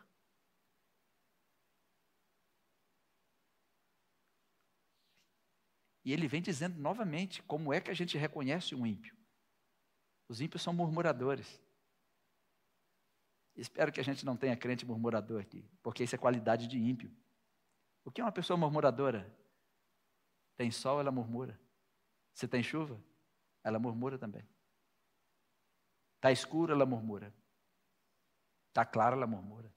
E ele vem dizendo novamente como é que a gente reconhece um ímpio. Os ímpios são murmuradores. Espero que a gente não tenha crente murmurador aqui, porque isso é qualidade de ímpio. O que é uma pessoa murmuradora? Tem sol, ela murmura. Se tem chuva, ela murmura também. Está escuro, ela murmura. Está claro, ela murmura.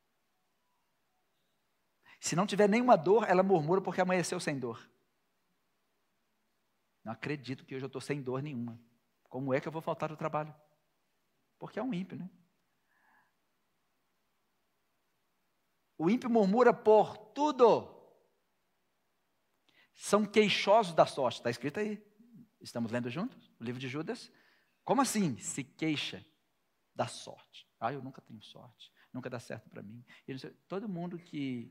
Se não tiver nenhuma dor, ela murmura porque amanheceu sem dor. Não acredito que hoje eu estou sem dor nenhuma. Como é que eu vou faltar do trabalho? Porque é um ímpio, né? O ímpio murmura por tudo. São queixosos da sorte. Está escrito aí. Estamos lendo juntos o livro de Judas. Como assim? Se queixa da sorte. Ah, eu nunca tenho sorte. Nunca dá certo para mim. Todo mundo que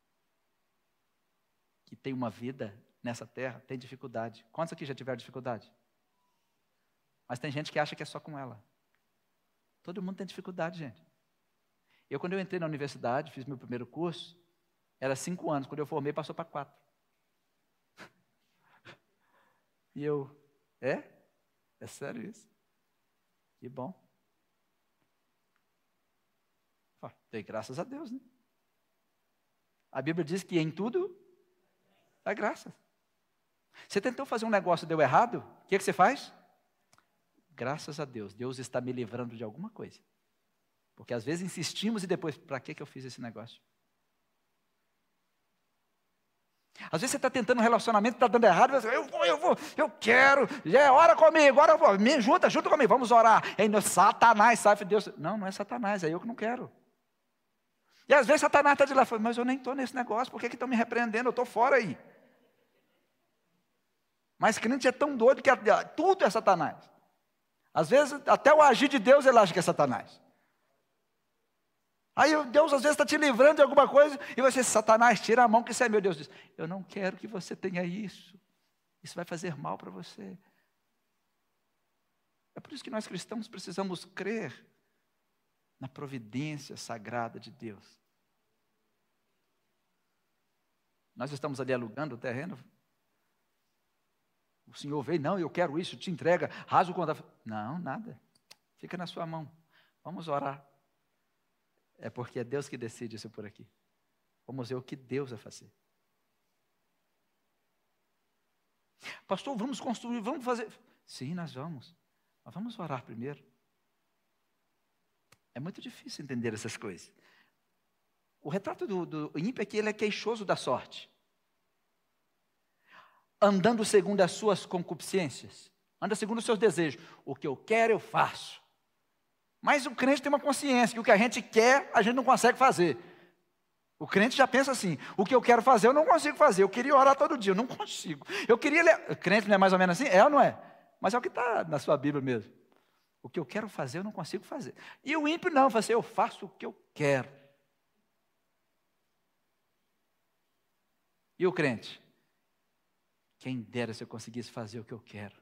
tem uma vida nessa terra tem dificuldade. Quantos aqui já tiveram dificuldade? Mas tem gente que acha que é só com ela. Todo mundo tem dificuldade, gente. Quando eu entrei na universidade, fiz meu primeiro curso, era 5 anos. Quando eu formei, passou para 4. E é sério isso? Que bom. Dei graças a Deus, né? A Bíblia diz que em tudo dá graças. Você tentou fazer um negócio e deu errado? O que você faz? Graças a Deus, Deus está me livrando de alguma coisa. Porque às vezes insistimos e depois, para que eu fiz esse negócio? Às vezes você está tentando um relacionamento, está dando errado, você, eu quero, ora comigo, ora eu vou, me junta comigo, vamos orar. Aí Satanás sabe, Deus, não é Satanás, é eu que não quero. E às vezes Satanás está de lá, mas eu nem estou nesse negócio, por que estão me repreendendo? Eu estou fora aí. Mas crente é tão doido que tudo é Satanás. Às vezes, até o agir de Deus ele acha que é Satanás. Aí Deus às vezes está te livrando de alguma coisa, e você, Satanás, tira a mão que isso é meu. Deus diz, eu não quero que você tenha isso. Isso vai fazer mal para você. É por isso que nós cristãos precisamos crer na providência sagrada de Deus. Nós estamos ali alugando o terreno. O Senhor veio, não, eu quero isso, te entrega, rasga o contrato. Não, nada. Fica na sua mão. Vamos orar. É porque é Deus que decide isso por aqui. Vamos ver o que Deus vai fazer. Pastor, vamos construir, vamos fazer. Sim, nós vamos. Mas vamos orar primeiro. É muito difícil entender essas coisas. O retrato do ímpio é que ele é queixoso da sorte. Andando segundo as suas concupiscências. Anda segundo os seus desejos. O que eu quero, eu faço. Mas o crente tem uma consciência que o que a gente quer, a gente não consegue fazer. O crente já pensa assim, o que eu quero fazer, eu não consigo fazer. Eu queria orar todo dia, eu não consigo. Eu queria ler. O crente não é mais ou menos assim? É ou não é? Mas é o que está na sua Bíblia mesmo. O que eu quero fazer, eu não consigo fazer. E o ímpio não, fala assim, eu faço o que eu quero. E o crente? Quem dera se eu conseguisse fazer o que eu quero.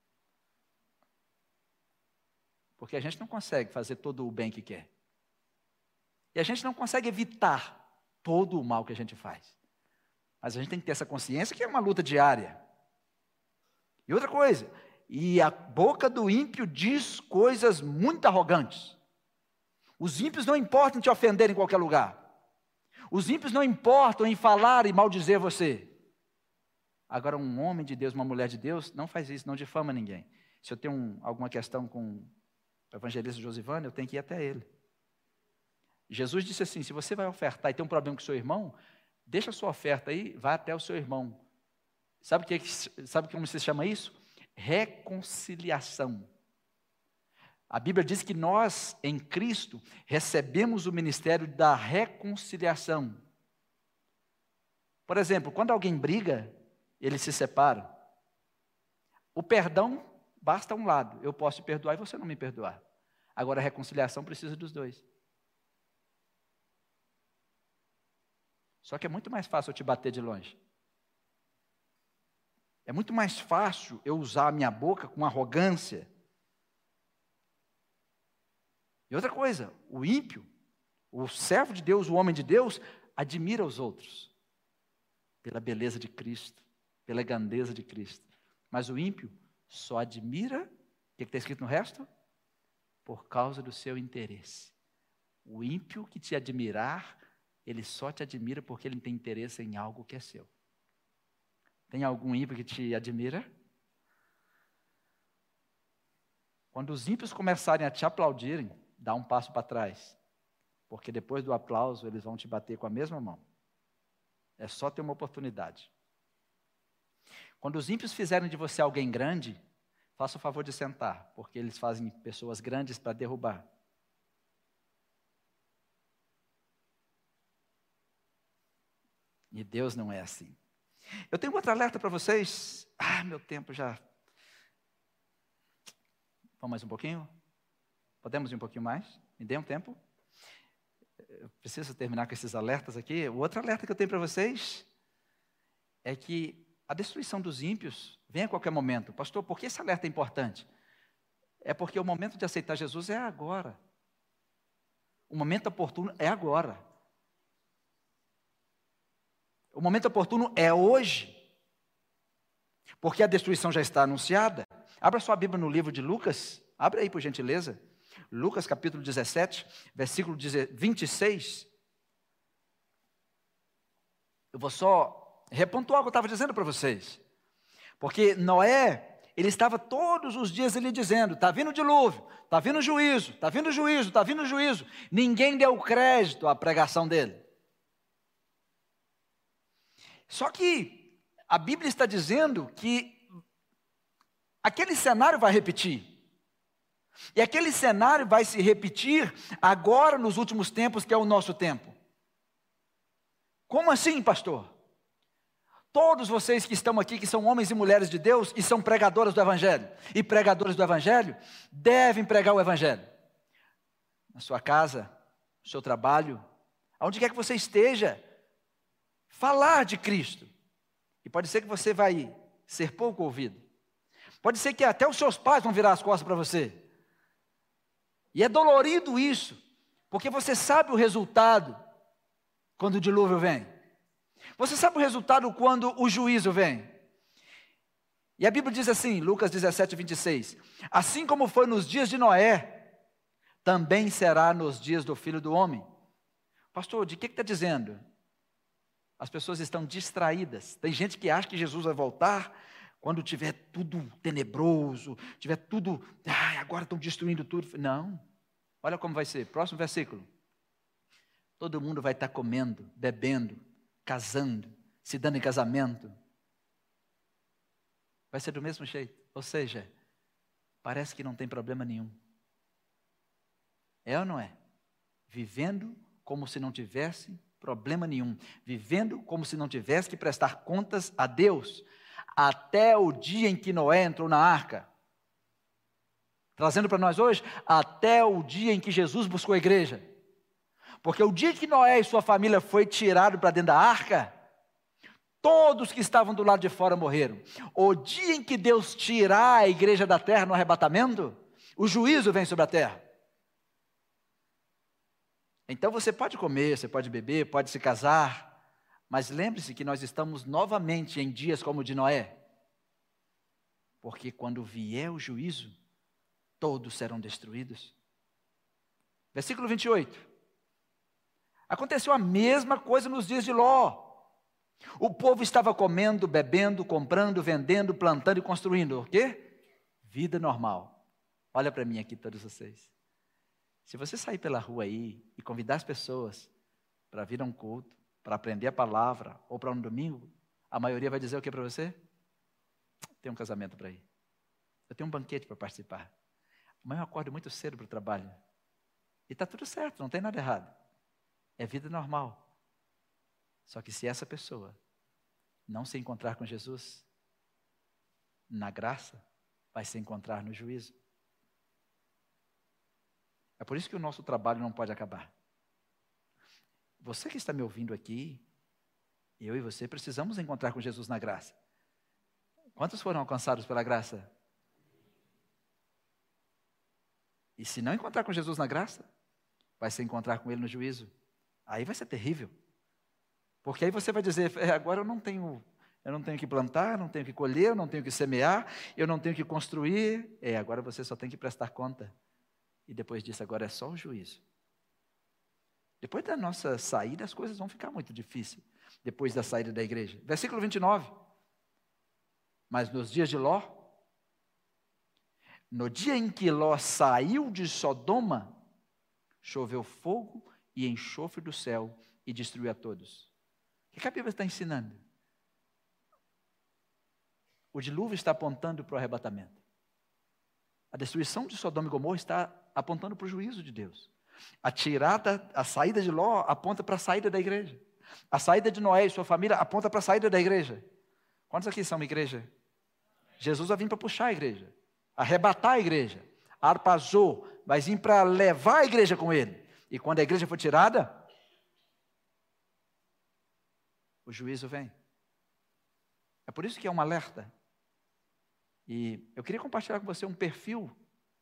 Porque a gente não consegue fazer todo o bem que quer. E a gente não consegue evitar todo o mal que a gente faz. Mas a gente tem que ter essa consciência que é uma luta diária. E outra coisa, e a boca do ímpio diz coisas muito arrogantes. Os ímpios não importam em te ofender em qualquer lugar. Os ímpios não importam em falar e maldizer você. Agora, um homem de Deus, uma mulher de Deus, não faz isso, não difama ninguém. Se eu tenho alguma questão com o evangelista Josivane, eu tenho que ir até ele. Jesus disse assim, se você vai ofertar e tem um problema com o seu irmão, deixa a sua oferta aí, vá até o seu irmão. Sabe como se chama isso? Reconciliação. A Bíblia diz que nós, em Cristo, recebemos o ministério da reconciliação. Por exemplo, quando alguém briga, eles se separam. O perdão basta um lado. Eu posso te perdoar e você não me perdoar. Agora a reconciliação precisa dos dois. Só que é muito mais fácil eu te bater de longe. É muito mais fácil eu usar a minha boca com arrogância. E outra coisa, o ímpio, o servo de Deus, o homem de Deus, admira os outros. Pela beleza de Cristo, pela grandeza de Cristo. Mas o ímpio só admira, o que está escrito no resto? Por causa do seu interesse. O ímpio que te admirar, ele só te admira porque ele tem interesse em algo que é seu. Tem algum ímpio que te admira? Quando os ímpios começarem a te aplaudirem, dá um passo para trás. Porque depois do aplauso, eles vão te bater com a mesma mão. É só ter uma oportunidade. Quando os ímpios fizerem de você alguém grande, faça o favor de sentar, porque eles fazem pessoas grandes para derrubar. E Deus não é assim. Eu tenho outro alerta para vocês. Meu tempo já... Vamos mais um pouquinho? Podemos ir um pouquinho mais? Me dê um tempo? Eu preciso terminar com esses alertas aqui. O outro alerta que eu tenho para vocês é que a destruição dos ímpios vem a qualquer momento. Pastor, por que esse alerta é importante? É porque o momento de aceitar Jesus é agora. O momento oportuno é agora. O momento oportuno é hoje. Porque a destruição já está anunciada. Abra sua Bíblia no livro de Lucas. Abre aí, por gentileza. Lucas capítulo 17, versículo 26. Eu vou só repontuar o que eu estava dizendo para vocês. Porque Noé, ele estava todos os dias ali dizendo, está vindo o dilúvio, está vindo o juízo, está vindo o juízo, está vindo o juízo. Ninguém deu crédito à pregação dele. Só que a Bíblia está dizendo que aquele cenário vai repetir. E aquele cenário vai se repetir agora nos últimos tempos, que é o nosso tempo. Como assim, pastor? Todos vocês que estão aqui, que são homens e mulheres de Deus e são pregadoras do Evangelho e pregadores do Evangelho, devem pregar o Evangelho. Na sua casa, no seu trabalho, aonde quer que você esteja, falar de Cristo. E pode ser que você vai ser pouco ouvido. Pode ser que até os seus pais vão virar as costas para você. E é dolorido isso, porque você sabe o resultado quando o dilúvio vem. Você sabe o resultado quando o juízo vem. E a Bíblia diz assim, Lucas 17, 26. Assim como foi nos dias de Noé, também será nos dias do Filho do Homem. Pastor, de que está dizendo? As pessoas estão distraídas. Tem gente que acha que Jesus vai voltar quando tiver tudo tenebroso, tiver tudo, agora estão destruindo tudo. Não, olha como vai ser, próximo versículo. Todo mundo vai estar comendo, bebendo, casando, se dando em casamento. Vai ser do mesmo jeito, ou seja, parece que não tem problema nenhum. É ou não é? Vivendo como se não tivesse problema nenhum, vivendo como se não tivesse que prestar contas a Deus, até o dia em que Noé entrou na arca. Trazendo para nós hoje, até o dia em que Jesus buscou a igreja. Porque o dia que Noé e sua família foi tirado para dentro da arca, todos que estavam do lado de fora morreram. O dia em que Deus tirar a igreja da terra no arrebatamento, o juízo vem sobre a terra. Então você pode comer, você pode beber, pode se casar, mas lembre-se que nós estamos novamente em dias como o de Noé. Porque quando vier o juízo, todos serão destruídos. Versículo 28. Aconteceu a mesma coisa nos dias de Ló. O povo estava comendo, bebendo, comprando, vendendo, plantando e construindo. O quê? Vida normal. Olha para mim aqui, todos vocês. Se você sair pela rua aí e convidar as pessoas para vir a um culto, para aprender a palavra, ou para um domingo, a maioria vai dizer o que para você? Tem um casamento para ir. Eu tenho um banquete para participar. Amanhã eu acordo muito cedo para o trabalho. E está tudo certo, não tem nada errado. É vida normal. Só que se essa pessoa não se encontrar com Jesus, na graça, vai se encontrar no juízo. É por isso que o nosso trabalho não pode acabar. Você que está me ouvindo aqui, eu e você precisamos encontrar com Jesus na graça. Quantos foram alcançados pela graça? E se não encontrar com Jesus na graça, vai se encontrar com Ele no juízo. Aí vai ser terrível. Porque aí você vai dizer, agora eu não tenho que plantar, não tenho que colher, eu não tenho que semear, eu não tenho que construir. Agora você só tem que prestar conta. E depois disso, agora é só o juízo. Depois da nossa saída, as coisas vão ficar muito difíceis. Depois da saída da igreja. Versículo 29. Mas nos dias de Ló, no dia em que Ló saiu de Sodoma, choveu fogo e enxofre do céu e destruiu a todos. O que a Bíblia está ensinando? O dilúvio está apontando para o arrebatamento. A destruição de Sodoma e Gomorra está apontando para o juízo de Deus. A saída de Ló aponta para a saída da igreja. A saída de Noé e sua família aponta para a saída da igreja. Quantos aqui são uma igreja? Jesus vai vir para puxar a igreja, arrebatar a igreja. Arpazou, vai vir para levar a igreja com ele. E quando a igreja for tirada, o juízo vem. É por isso que é um alerta. E eu queria compartilhar com você um perfil.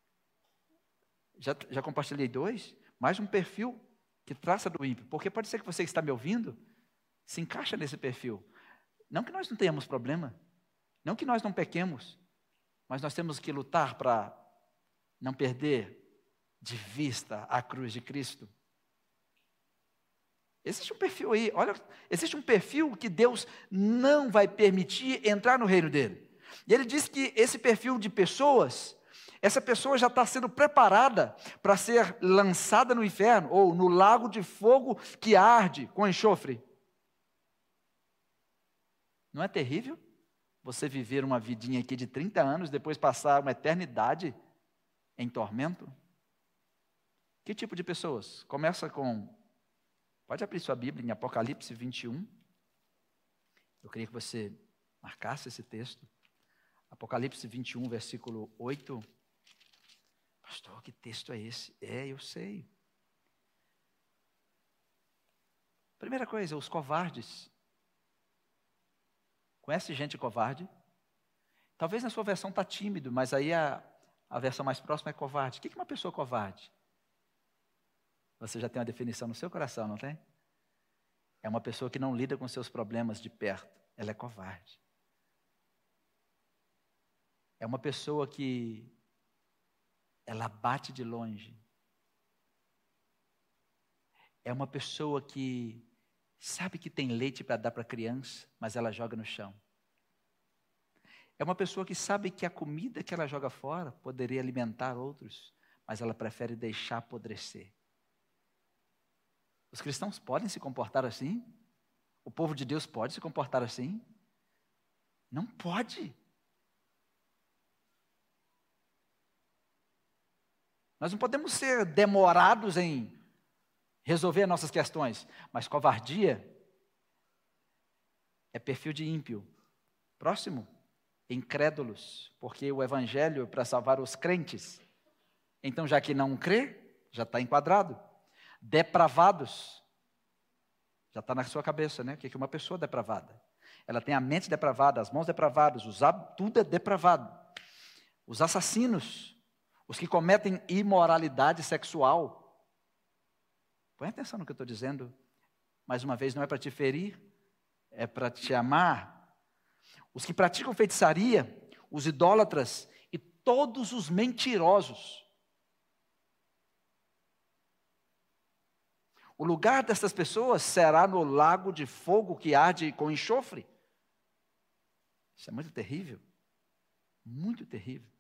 Já compartilhei 2, mais um perfil que traça do ímpio. Porque pode ser que você que está me ouvindo se encaixa nesse perfil. Não que nós não tenhamos problema, não que nós não pequemos, mas nós temos que lutar para não perder de vista a cruz de Cristo. Existe um perfil aí, olha, existe um perfil que Deus não vai permitir entrar no reino dele. E ele diz que esse perfil de pessoas, essa pessoa já está sendo preparada para ser lançada no inferno, ou no lago de fogo que arde com enxofre. Não é terrível você viver uma vidinha aqui de 30 anos, depois passar uma eternidade em tormento? Que tipo de pessoas? Começa com, pode abrir sua Bíblia em Apocalipse 21. Eu queria que você marcasse esse texto. Apocalipse 21, versículo 8. Pastor, que texto é esse? Eu sei. Primeira coisa, os covardes. Conhece gente covarde? Talvez na sua versão está tímido, mas aí a versão mais próxima é covarde. O que é uma pessoa covarde? Você já tem uma definição no seu coração, não tem? É uma pessoa que não lida com seus problemas de perto. Ela é covarde. É uma pessoa que ela bate de longe. É uma pessoa que sabe que tem leite para dar para a criança, mas ela joga no chão. É uma pessoa que sabe que a comida que ela joga fora poderia alimentar outros, mas ela prefere deixar apodrecer. Os cristãos podem se comportar assim? O povo de Deus pode se comportar assim? Não pode. Nós não podemos ser demorados em resolver nossas questões, mas covardia é perfil de ímpio. Próximo, incrédulos, porque o evangelho é para salvar os crentes. Então, já que não crê, já está enquadrado. Depravados, já está na sua cabeça, né? O que é uma pessoa depravada? Ela tem a mente depravada, as mãos depravadas, tudo é depravado. Os assassinos, os que cometem imoralidade sexual. Põe atenção no que eu estou dizendo. Mais uma vez, não é para te ferir, é para te amar. Os que praticam feitiçaria, os idólatras e todos os mentirosos. O lugar dessas pessoas será no lago de fogo que arde com enxofre. Isso é muito terrível. Muito terrível.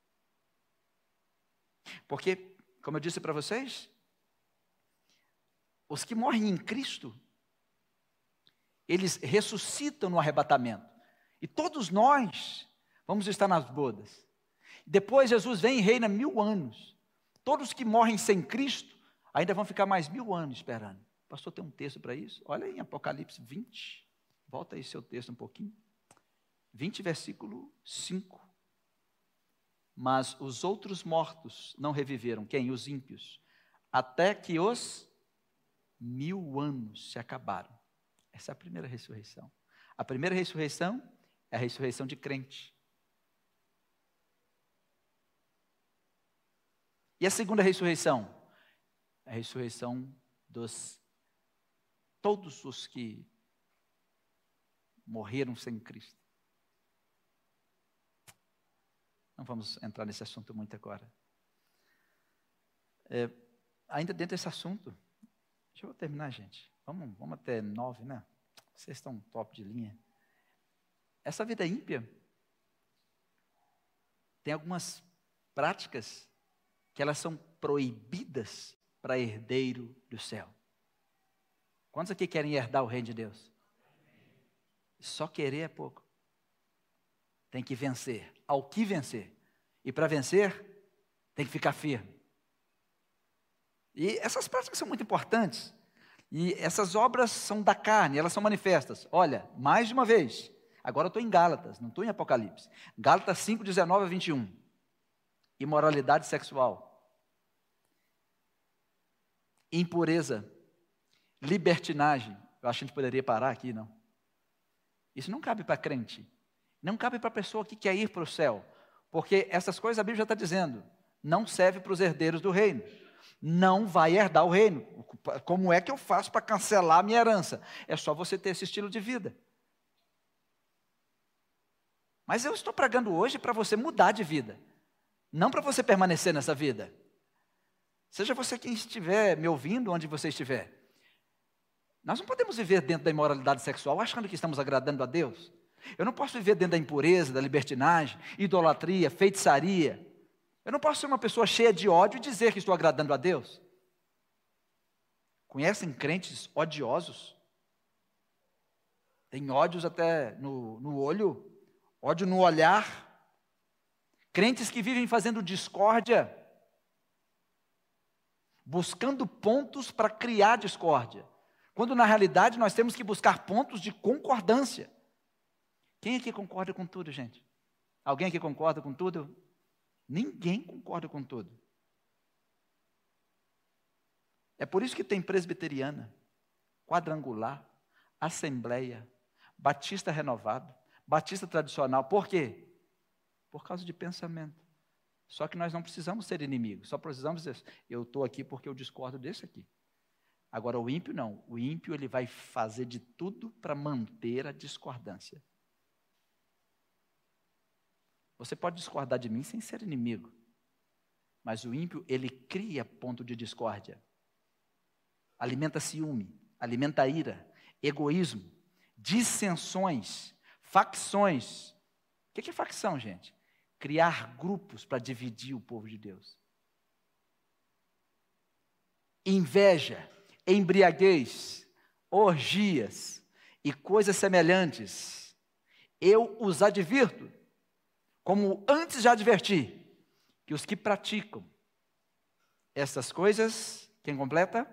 Porque, como eu disse para vocês, os que morrem em Cristo, eles ressuscitam no arrebatamento. E todos nós vamos estar nas bodas. Depois Jesus vem e reina 1000 anos. Todos que morrem sem Cristo, ainda vão ficar mais 1000 anos esperando. O pastor tem um texto para isso? Olha aí em Apocalipse 20. Volta aí seu texto um pouquinho. 20, versículo 5. Mas os outros mortos não reviveram. Quem? Os ímpios. Até que os 1000 anos se acabaram. Essa é a primeira ressurreição. A primeira ressurreição é a ressurreição de crente. E a segunda ressurreição? A ressurreição dos todos os que morreram sem Cristo. Não vamos entrar nesse assunto muito agora. Ainda dentro desse assunto, deixa eu terminar, gente. Vamos até 9, né? Vocês estão top de linha. Essa vida ímpia tem algumas práticas que elas são proibidas para herdeiro do céu. Quantos aqui querem herdar o reino de Deus? Só querer é pouco. Tem que vencer. Ao que vencer? E para vencer, tem que ficar firme. E essas práticas são muito importantes. E essas obras são da carne, elas são manifestas. Olha, mais de uma vez, agora eu estou em Gálatas, não estou em Apocalipse. Gálatas 5, 19 a 21. Imoralidade sexual. Impureza. Libertinagem. Eu acho que a gente poderia parar aqui, não. Isso não cabe para crente. Não cabe para a pessoa que quer ir para o céu. Porque essas coisas a Bíblia já está dizendo. Não serve para os herdeiros do reino. Não vai herdar o reino. Como é que eu faço para cancelar a minha herança? É só você ter esse estilo de vida. Mas eu estou pregando hoje para você mudar de vida. Não para você permanecer nessa vida. Seja você quem estiver me ouvindo, onde você estiver. Nós não podemos viver dentro da imoralidade sexual achando que estamos agradando a Deus. Eu não posso viver dentro da impureza, da libertinagem, idolatria, feitiçaria. Eu não posso ser uma pessoa cheia de ódio e dizer que estou agradando a Deus. Conhecem crentes odiosos? Tem ódios até no olho, ódio no olhar. Crentes que vivem fazendo discórdia, buscando pontos para criar discórdia, quando na realidade nós temos que buscar pontos de concordância. Quem aqui concorda com tudo, gente? Alguém aqui concorda com tudo? Ninguém concorda com tudo. É por isso que tem presbiteriana, quadrangular, assembleia, batista renovado, batista tradicional. Por quê? Por causa de pensamento. Só que nós não precisamos ser inimigos, só precisamos dizer, eu estou aqui porque eu discordo desse aqui. Agora o ímpio não, o ímpio ele vai fazer de tudo para manter a discordância. Você pode discordar de mim sem ser inimigo, mas o ímpio ele cria ponto de discórdia. Alimenta ciúme, alimenta ira, egoísmo, dissensões, facções. O que é facção, gente? Criar grupos para dividir o povo de Deus. Inveja, embriaguez, orgias e coisas semelhantes. Eu os advirto, como antes já adverti, que os que praticam essas coisas, quem completa?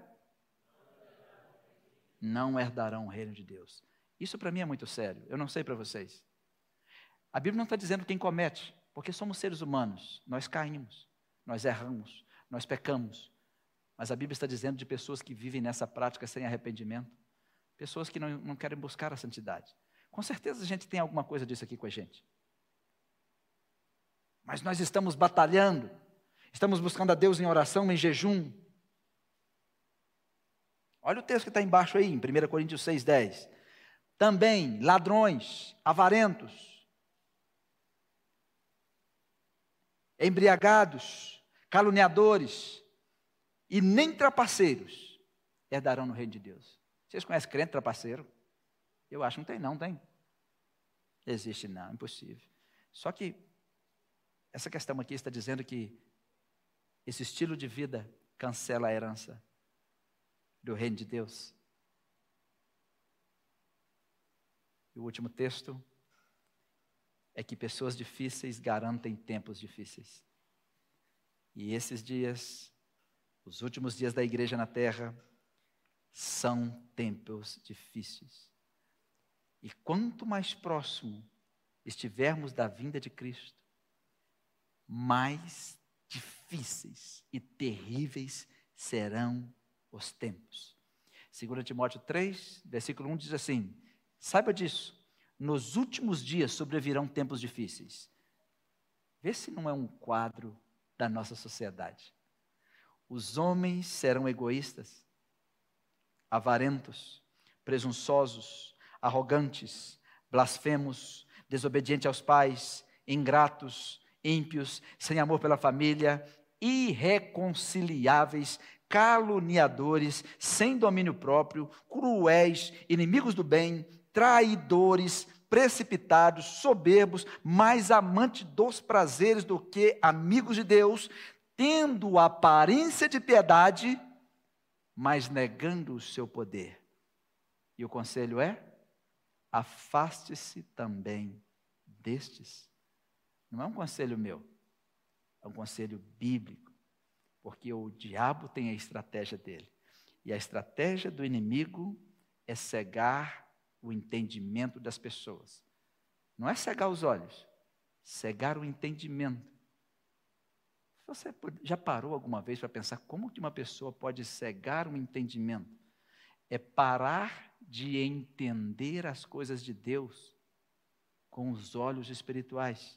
Não herdarão o reino de Deus. Isso para mim é muito sério, eu não sei para vocês. A Bíblia não está dizendo quem comete, porque somos seres humanos, nós caímos, nós erramos, nós pecamos. Mas a Bíblia está dizendo de pessoas que vivem nessa prática sem arrependimento, pessoas que não querem buscar a santidade. Com certeza a gente tem alguma coisa disso aqui com a gente. Mas nós estamos batalhando, estamos buscando a Deus em oração, em jejum. Olha o texto que está embaixo aí, em 1 Coríntios 6,10. Também ladrões, avarentos, embriagados, caluniadores e nem trapaceiros herdarão no reino de Deus. Vocês conhecem crente trapaceiro? Eu acho que não tem não, tem? Existe não, impossível. Só que essa questão aqui está dizendo que esse estilo de vida cancela a herança do reino de Deus. E o último texto é que pessoas difíceis garantem tempos difíceis. E esses dias, os últimos dias da igreja na terra, são tempos difíceis. E quanto mais próximo estivermos da vinda de Cristo, mais difíceis e terríveis serão os tempos. 2 Timóteo 3, versículo 1 diz assim: saiba disso, nos últimos dias sobrevirão tempos difíceis. Vê se não é um quadro da nossa sociedade. Os homens serão egoístas, avarentos, presunçosos, arrogantes, blasfemos, desobedientes aos pais, ingratos, ímpios, sem amor pela família, irreconciliáveis, caluniadores, sem domínio próprio, cruéis, inimigos do bem, traidores, precipitados, soberbos, mais amantes dos prazeres do que amigos de Deus, tendo aparência de piedade, mas negando o seu poder. E o conselho é: afaste-se também destes. Não é um conselho meu, é um conselho bíblico, porque o diabo tem a estratégia dele. E a estratégia do inimigo é cegar o entendimento das pessoas. Não é cegar os olhos, cegar o entendimento. Você já parou alguma vez para pensar como que uma pessoa pode cegar o entendimento? É parar de entender as coisas de Deus com os olhos espirituais.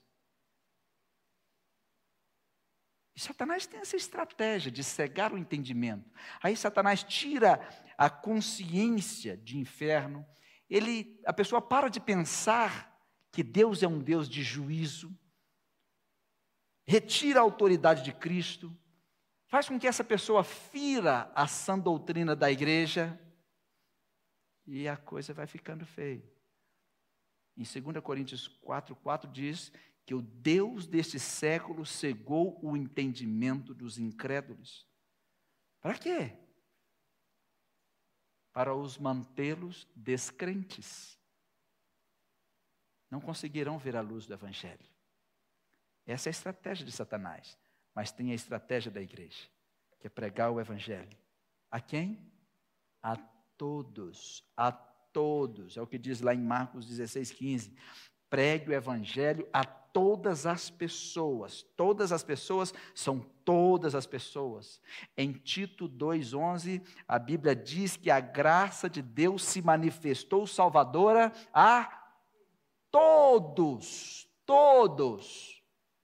E Satanás tem essa estratégia de cegar o entendimento. Aí Satanás tira a consciência de inferno. A pessoa para de pensar que Deus é um Deus de juízo, retira a autoridade de Cristo, faz com que essa pessoa fira a sã doutrina da igreja, e a coisa vai ficando feia. Em 2 Coríntios 4:4 diz que o Deus deste século cegou o entendimento dos incrédulos. Para quê? Para os mantê-los descrentes. Não conseguirão ver a luz do Evangelho. Essa é a estratégia de Satanás. Mas tem a estratégia da igreja, que é pregar o Evangelho. A quem? A todos. A todos. É o que diz lá em Marcos 16:15. Pregue o Evangelho a todas as pessoas. Todas as pessoas são todas as pessoas. Em Tito 2:11, a Bíblia diz que a graça de Deus se manifestou salvadora a todos. Todos.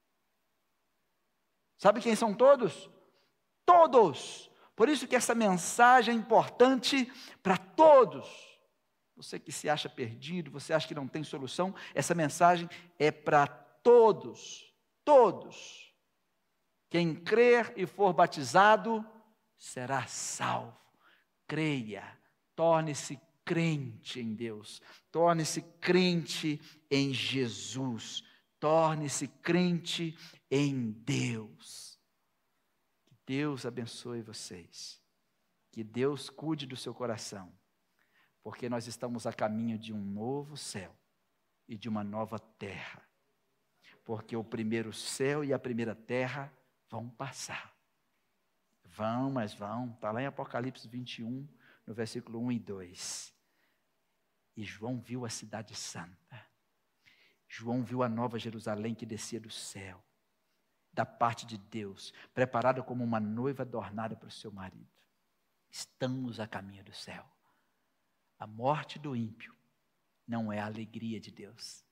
Sabe quem são todos? Todos. Por isso que essa mensagem é importante para todos. Você que se acha perdido, você acha que não tem solução, essa mensagem é para todos. Todos. Quem crer e for batizado será salvo. Creia, torne-se crente em Deus, torne-se crente em Jesus, torne-se crente em Deus. Que Deus abençoe vocês, que Deus cuide do seu coração, porque nós estamos a caminho de um novo céu e de uma nova terra, porque o primeiro céu e a primeira terra vão passar. Vão, mas vão. Está lá em Apocalipse 21, no versículo 1 e 2. E João viu a cidade santa. João viu a nova Jerusalém que descia do céu, da parte de Deus, preparada como uma noiva adornada para o seu marido. Estamos a caminho do céu. A morte do ímpio não é a alegria de Deus.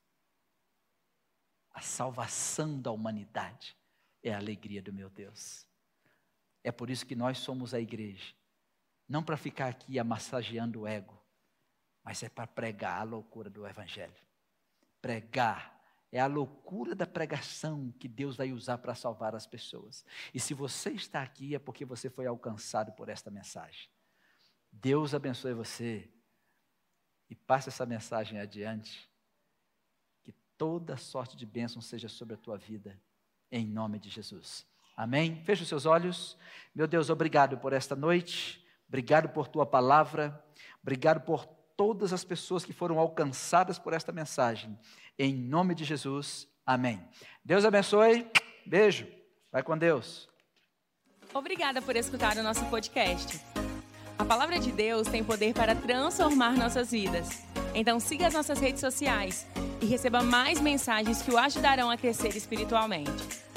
A salvação da humanidade é a alegria do meu Deus. É por isso que nós somos a igreja. Não para ficar aqui amassageando o ego, mas é para pregar a loucura do Evangelho. Pregar é a loucura da pregação que Deus vai usar para salvar as pessoas. E se você está aqui é porque você foi alcançado por esta mensagem. Deus abençoe você e passe essa mensagem adiante. Que toda sorte de bênção seja sobre a tua vida, em nome de Jesus. Amém? Feche os seus olhos. Meu Deus, obrigado por esta noite. Obrigado por tua palavra. Obrigado por todas as pessoas que foram alcançadas por esta mensagem. Em nome de Jesus. Amém. Deus abençoe. Beijo. Vai com Deus. Obrigada por escutar o nosso podcast. A palavra de Deus tem poder para transformar nossas vidas. Então siga as nossas redes sociais e receba mais mensagens que o ajudarão a crescer espiritualmente.